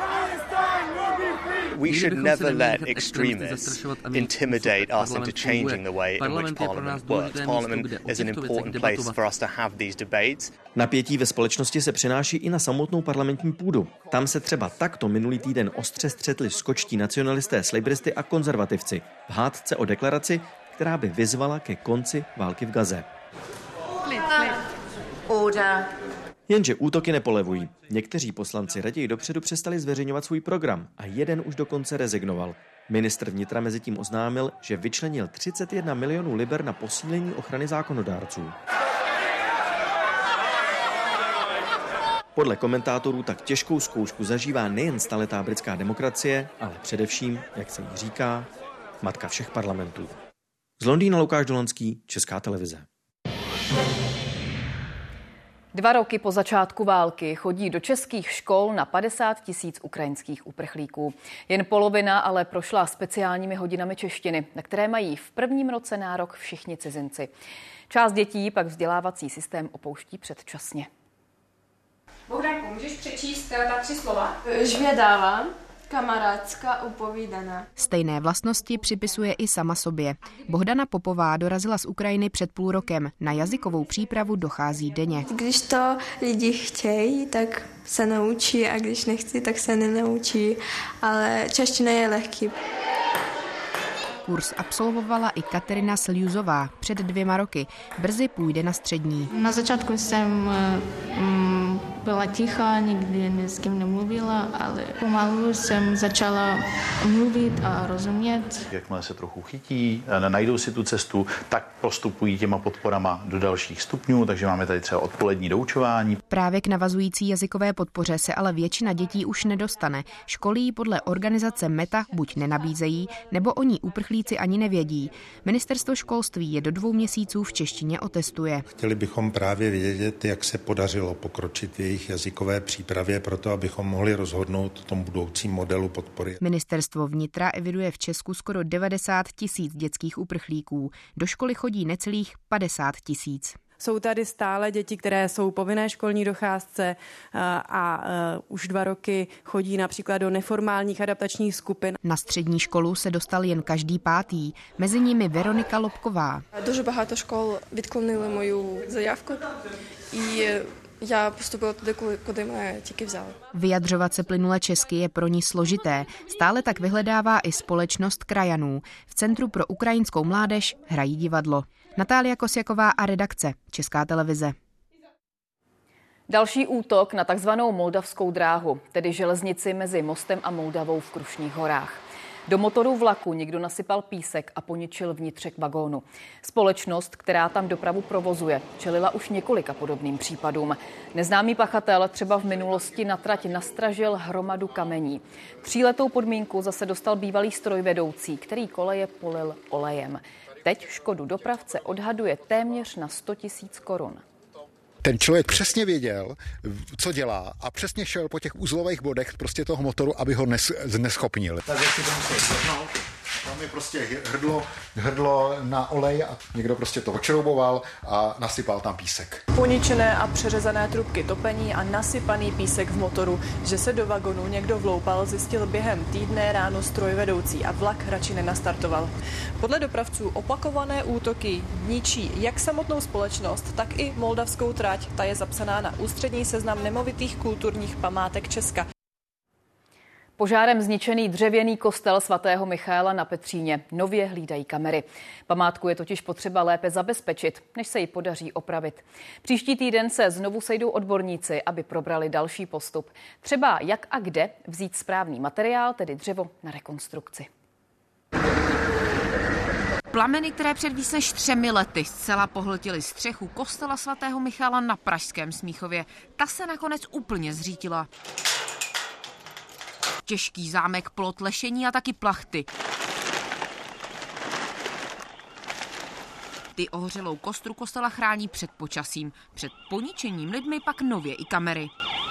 We should never let extremists intimidate us into changing the way in which Parliament works. Parliament is an important place for us to have these debates. Napětí ve společnosti se přenáší i na samotnou parlamentní půdu. Tam se třeba takto minulý týden ostře střetli skotští nacionalisté s labouristy a konzervativci v hádce o deklaraci, která by vyzvala ke konci války v Gaze. Klid, klid. Order. Jenže útoky nepolevují. Někteří poslanci raději dopředu přestali zveřejňovat svůj program a jeden už dokonce rezignoval. Ministr vnitra mezitím oznámil, že vyčlenil třicet jedna milionů liber na posílení ochrany zákonodárců. Podle komentátorů tak těžkou zkoušku zažívá nejen staletá britská demokracie, ale především, jak se jí říká, matka všech parlamentů. Z Londýna Lukáš Dolanský, Česká televize. Dva roky po začátku války chodí do českých škol na padesát tisíc ukrajinských uprchlíků. Jen polovina ale prošla speciálními hodinami češtiny, na které mají v prvním roce nárok všichni cizinci. Část dětí pak vzdělávací systém opouští předčasně. Bohdanku, můžeš přečíst ta tři slova? Žvědává, kamarádská, upovídaná. Stejné vlastnosti připisuje i sama sobě. Bohdana Popová dorazila z Ukrajiny před půl rokem. Na jazykovou přípravu dochází denně. Když to lidi chtějí, tak se naučí a když nechci, tak se nenaučí. Ale čeština je lehký. Kurs absolvovala i Katerina Sljuzová před dvěma roky. Brzy půjde na střední. Na začátku jsem mm, byla tichá, nikdy s kým nemluvila, ale pomalu jsem začala mluvit a rozumět. Jakmile se trochu chytí, najdou si tu cestu, tak postupují těma podporama do dalších stupňů, takže máme tady třeba odpolední doučování. Právě k navazující jazykové podpoře se ale většina dětí už nedostane. Školy ji podle organizace Meta buď nenabízejí, nebo o ní uprchlíci ani nevědí. Ministerstvo školství je do dvou měsíců v češtině otestuje. Chtěli bychom právě vědět, jak se podařilo pokročit v jejich jazykové přípravě, proto abychom mohli rozhodnout o tom budoucím modelu podpory. Ministerstvo vnitra eviduje v Česku skoro devadesát tisíc dětských uprchlíků. Do školy chodí necelých padesát tisíc. Jsou tady stále děti, které jsou povinné školní docházce a, a už dva roky chodí například do neformálních adaptačních skupin. Na střední školu se dostal jen každý pátý, mezi nimi Veronika Lobková. Дуже багато школ відклонили мою заявку і já postupila tudy, kudy mě díky vzali. Vyjadřovat se plynule česky je pro ní složité. Stále tak vyhledává i společnost krajanů. V Centru pro ukrajinskou mládež hrají divadlo. Natália Kosjaková a redakce, Česká televize. Další útok na takzvanou moldavskou dráhu, tedy železnici mezi Mostem a Moldavou v Krušných horách. Do motoru vlaku někdo nasypal písek a poničil vnitřek vagónu. Společnost, která tam dopravu provozuje, čelila už několika podobným případům. Neznámý pachatel třeba v minulosti na trať nastražil hromadu kamení. Tříletou podmínku zase dostal bývalý strojvedoucí, který koleje polil olejem. Teď škodu dopravce odhaduje téměř na sto tisíc korun. Ten člověk přesně věděl, co dělá a přesně šel po těch uzlových bodech prostě toho motoru, aby ho nes, zneschopnil. Tak si to musel zvednout. Tam je prostě hrdlo, hrdlo na olej a někdo prostě to odšrouboval a nasypal tam písek. Poničené a přeřezané trubky topení a nasypaný písek v motoru. Že se do vagonu někdo vloupal, zjistil během týdne ráno strojvedoucí a vlak radši nenastartoval. Podle dopravců opakované útoky ničí jak samotnou společnost, tak i moldavskou trať. Ta je zapsaná na ústřední seznam nemovitých kulturních památek Česka. Požárem zničený dřevěný kostel svatého Michaela na Petříně nově hlídají kamery. Památku je totiž potřeba lépe zabezpečit, než se ji podaří opravit. Příští týden se znovu sejdou odborníci, aby probrali další postup. Třeba jak a kde vzít správný materiál, tedy dřevo, na rekonstrukci. Plameny, které před víc než třemi lety zcela pohltily střechu kostela svatého Michala na pražském Smíchově, ta se nakonec úplně zřítila. Těžký zámek, plot, lešení a taky plachty. Ty ohořelou kostru kostela chrání před počasím. Před poničením lidmi pak nově i kamery.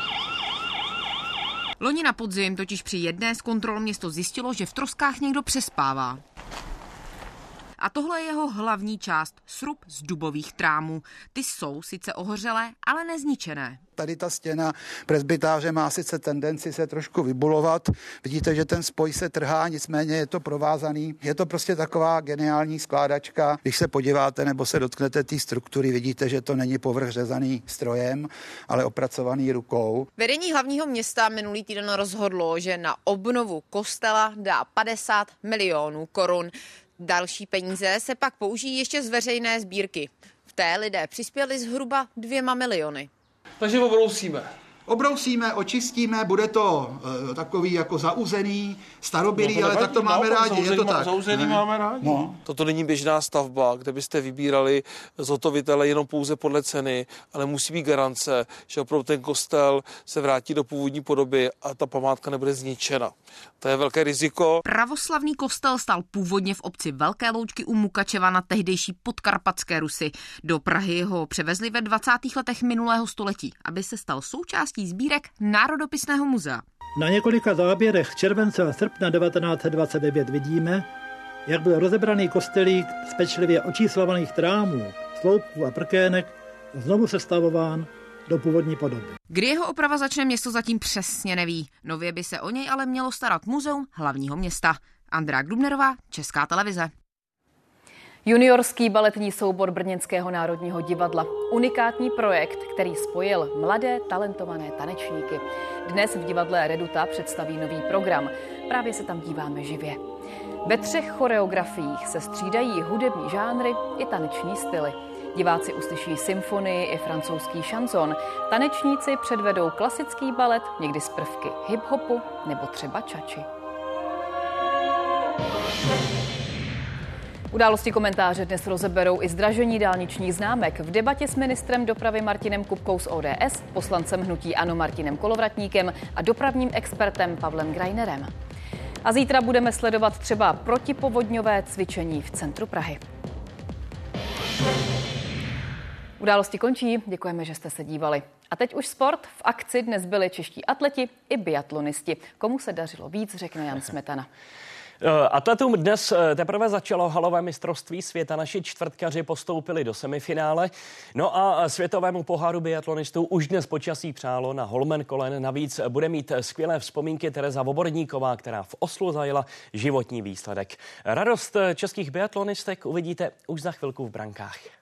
Loni na podzim totiž při jedné z kontrol město zjistilo, že v troskách někdo přespává. A tohle je jeho hlavní část, srub z dubových trámů. Ty jsou sice ohořelé, ale nezničené. Tady ta stěna presbytáře má sice tendenci se trošku vybulovat. Vidíte, že ten spoj se trhá, nicméně je to provázaný. Je to prostě taková geniální skládačka. Když se podíváte nebo se dotknete té struktury, vidíte, že to není povrch řezaný strojem, ale opracovaný rukou. Vedení hlavního města minulý týden rozhodlo, že na obnovu kostela dá padesát milionů korun. Další peníze se pak použijí ještě z veřejné sbírky. V té lidé přispěli zhruba dvěma miliony. Takže obrousíme. Obrousíme, očistíme, bude to uh, takový jako zauzený, starobylý, no ale tak to máme rádi, zauzený, je to tak. Zauzený máme rádi. No. Toto není běžná stavba, kde byste vybírali zhotovitele jenom pouze podle ceny, ale musí být garance, že opravdu ten kostel se vrátí do původní podoby a ta památka nebude zničena. To je velké riziko. Pravoslavný kostel stál původně v obci Velké Loučky u Mukačeva na tehdejší podkarpatské Rusy. Do Prahy ho převezli ve dvacátých letech minulého století, aby se stal součástí sbírek Národopisného muzea. Na několika záběrech července a srpna devatenáct set dvacet devět vidíme, jak byl rozebraný kostelík z pečlivě očíslovaných trámů, sloupků a prkének znovu sestavován do původní podoby. Kdy jeho oprava začne, město zatím přesně neví. Nově by se o něj ale mělo starat muzeum hlavního města. Andrea Grubnerová, Česká televize. Juniorský baletní soubor Brněnského národního divadla. Unikátní projekt, který spojil mladé talentované tanečníky. Dnes v divadle Reduta představí nový program. Právě se tam díváme živě. Ve třech choreografiích se střídají hudební žánry i taneční styly. Diváci uslyší symfonii i francouzský šanson. Tanečníci předvedou klasický balet, někdy z prvky hip-hopu nebo třeba čači. Události komentáře dnes rozeberou i zdražení dálničních známek v debatě s ministrem dopravy Martinem Kupkou z O D S, poslancem hnutí ANO Martinem Kolovratníkem a dopravním expertem Pavlem Grajnerem. A zítra budeme sledovat třeba protipovodňové cvičení v centru Prahy. Události končí, děkujeme, že jste se dívali. A teď už sport. V akci dnes byli čeští atleti i biatlonisti. Komu se dařilo víc, řekne Jan Smetana. Atletům dnes teprve začalo halové mistrovství světa. Naši čtvrtkaři postoupili do semifinále. No a světovému poháru biatlonistů už dnes počasí přálo na Holmenkollen. Navíc bude mít skvělé vzpomínky Tereza Voborníková, která v Oslu zajela životní výsledek. Radost českých biatlonistek uvidíte už za chvilku v brankách.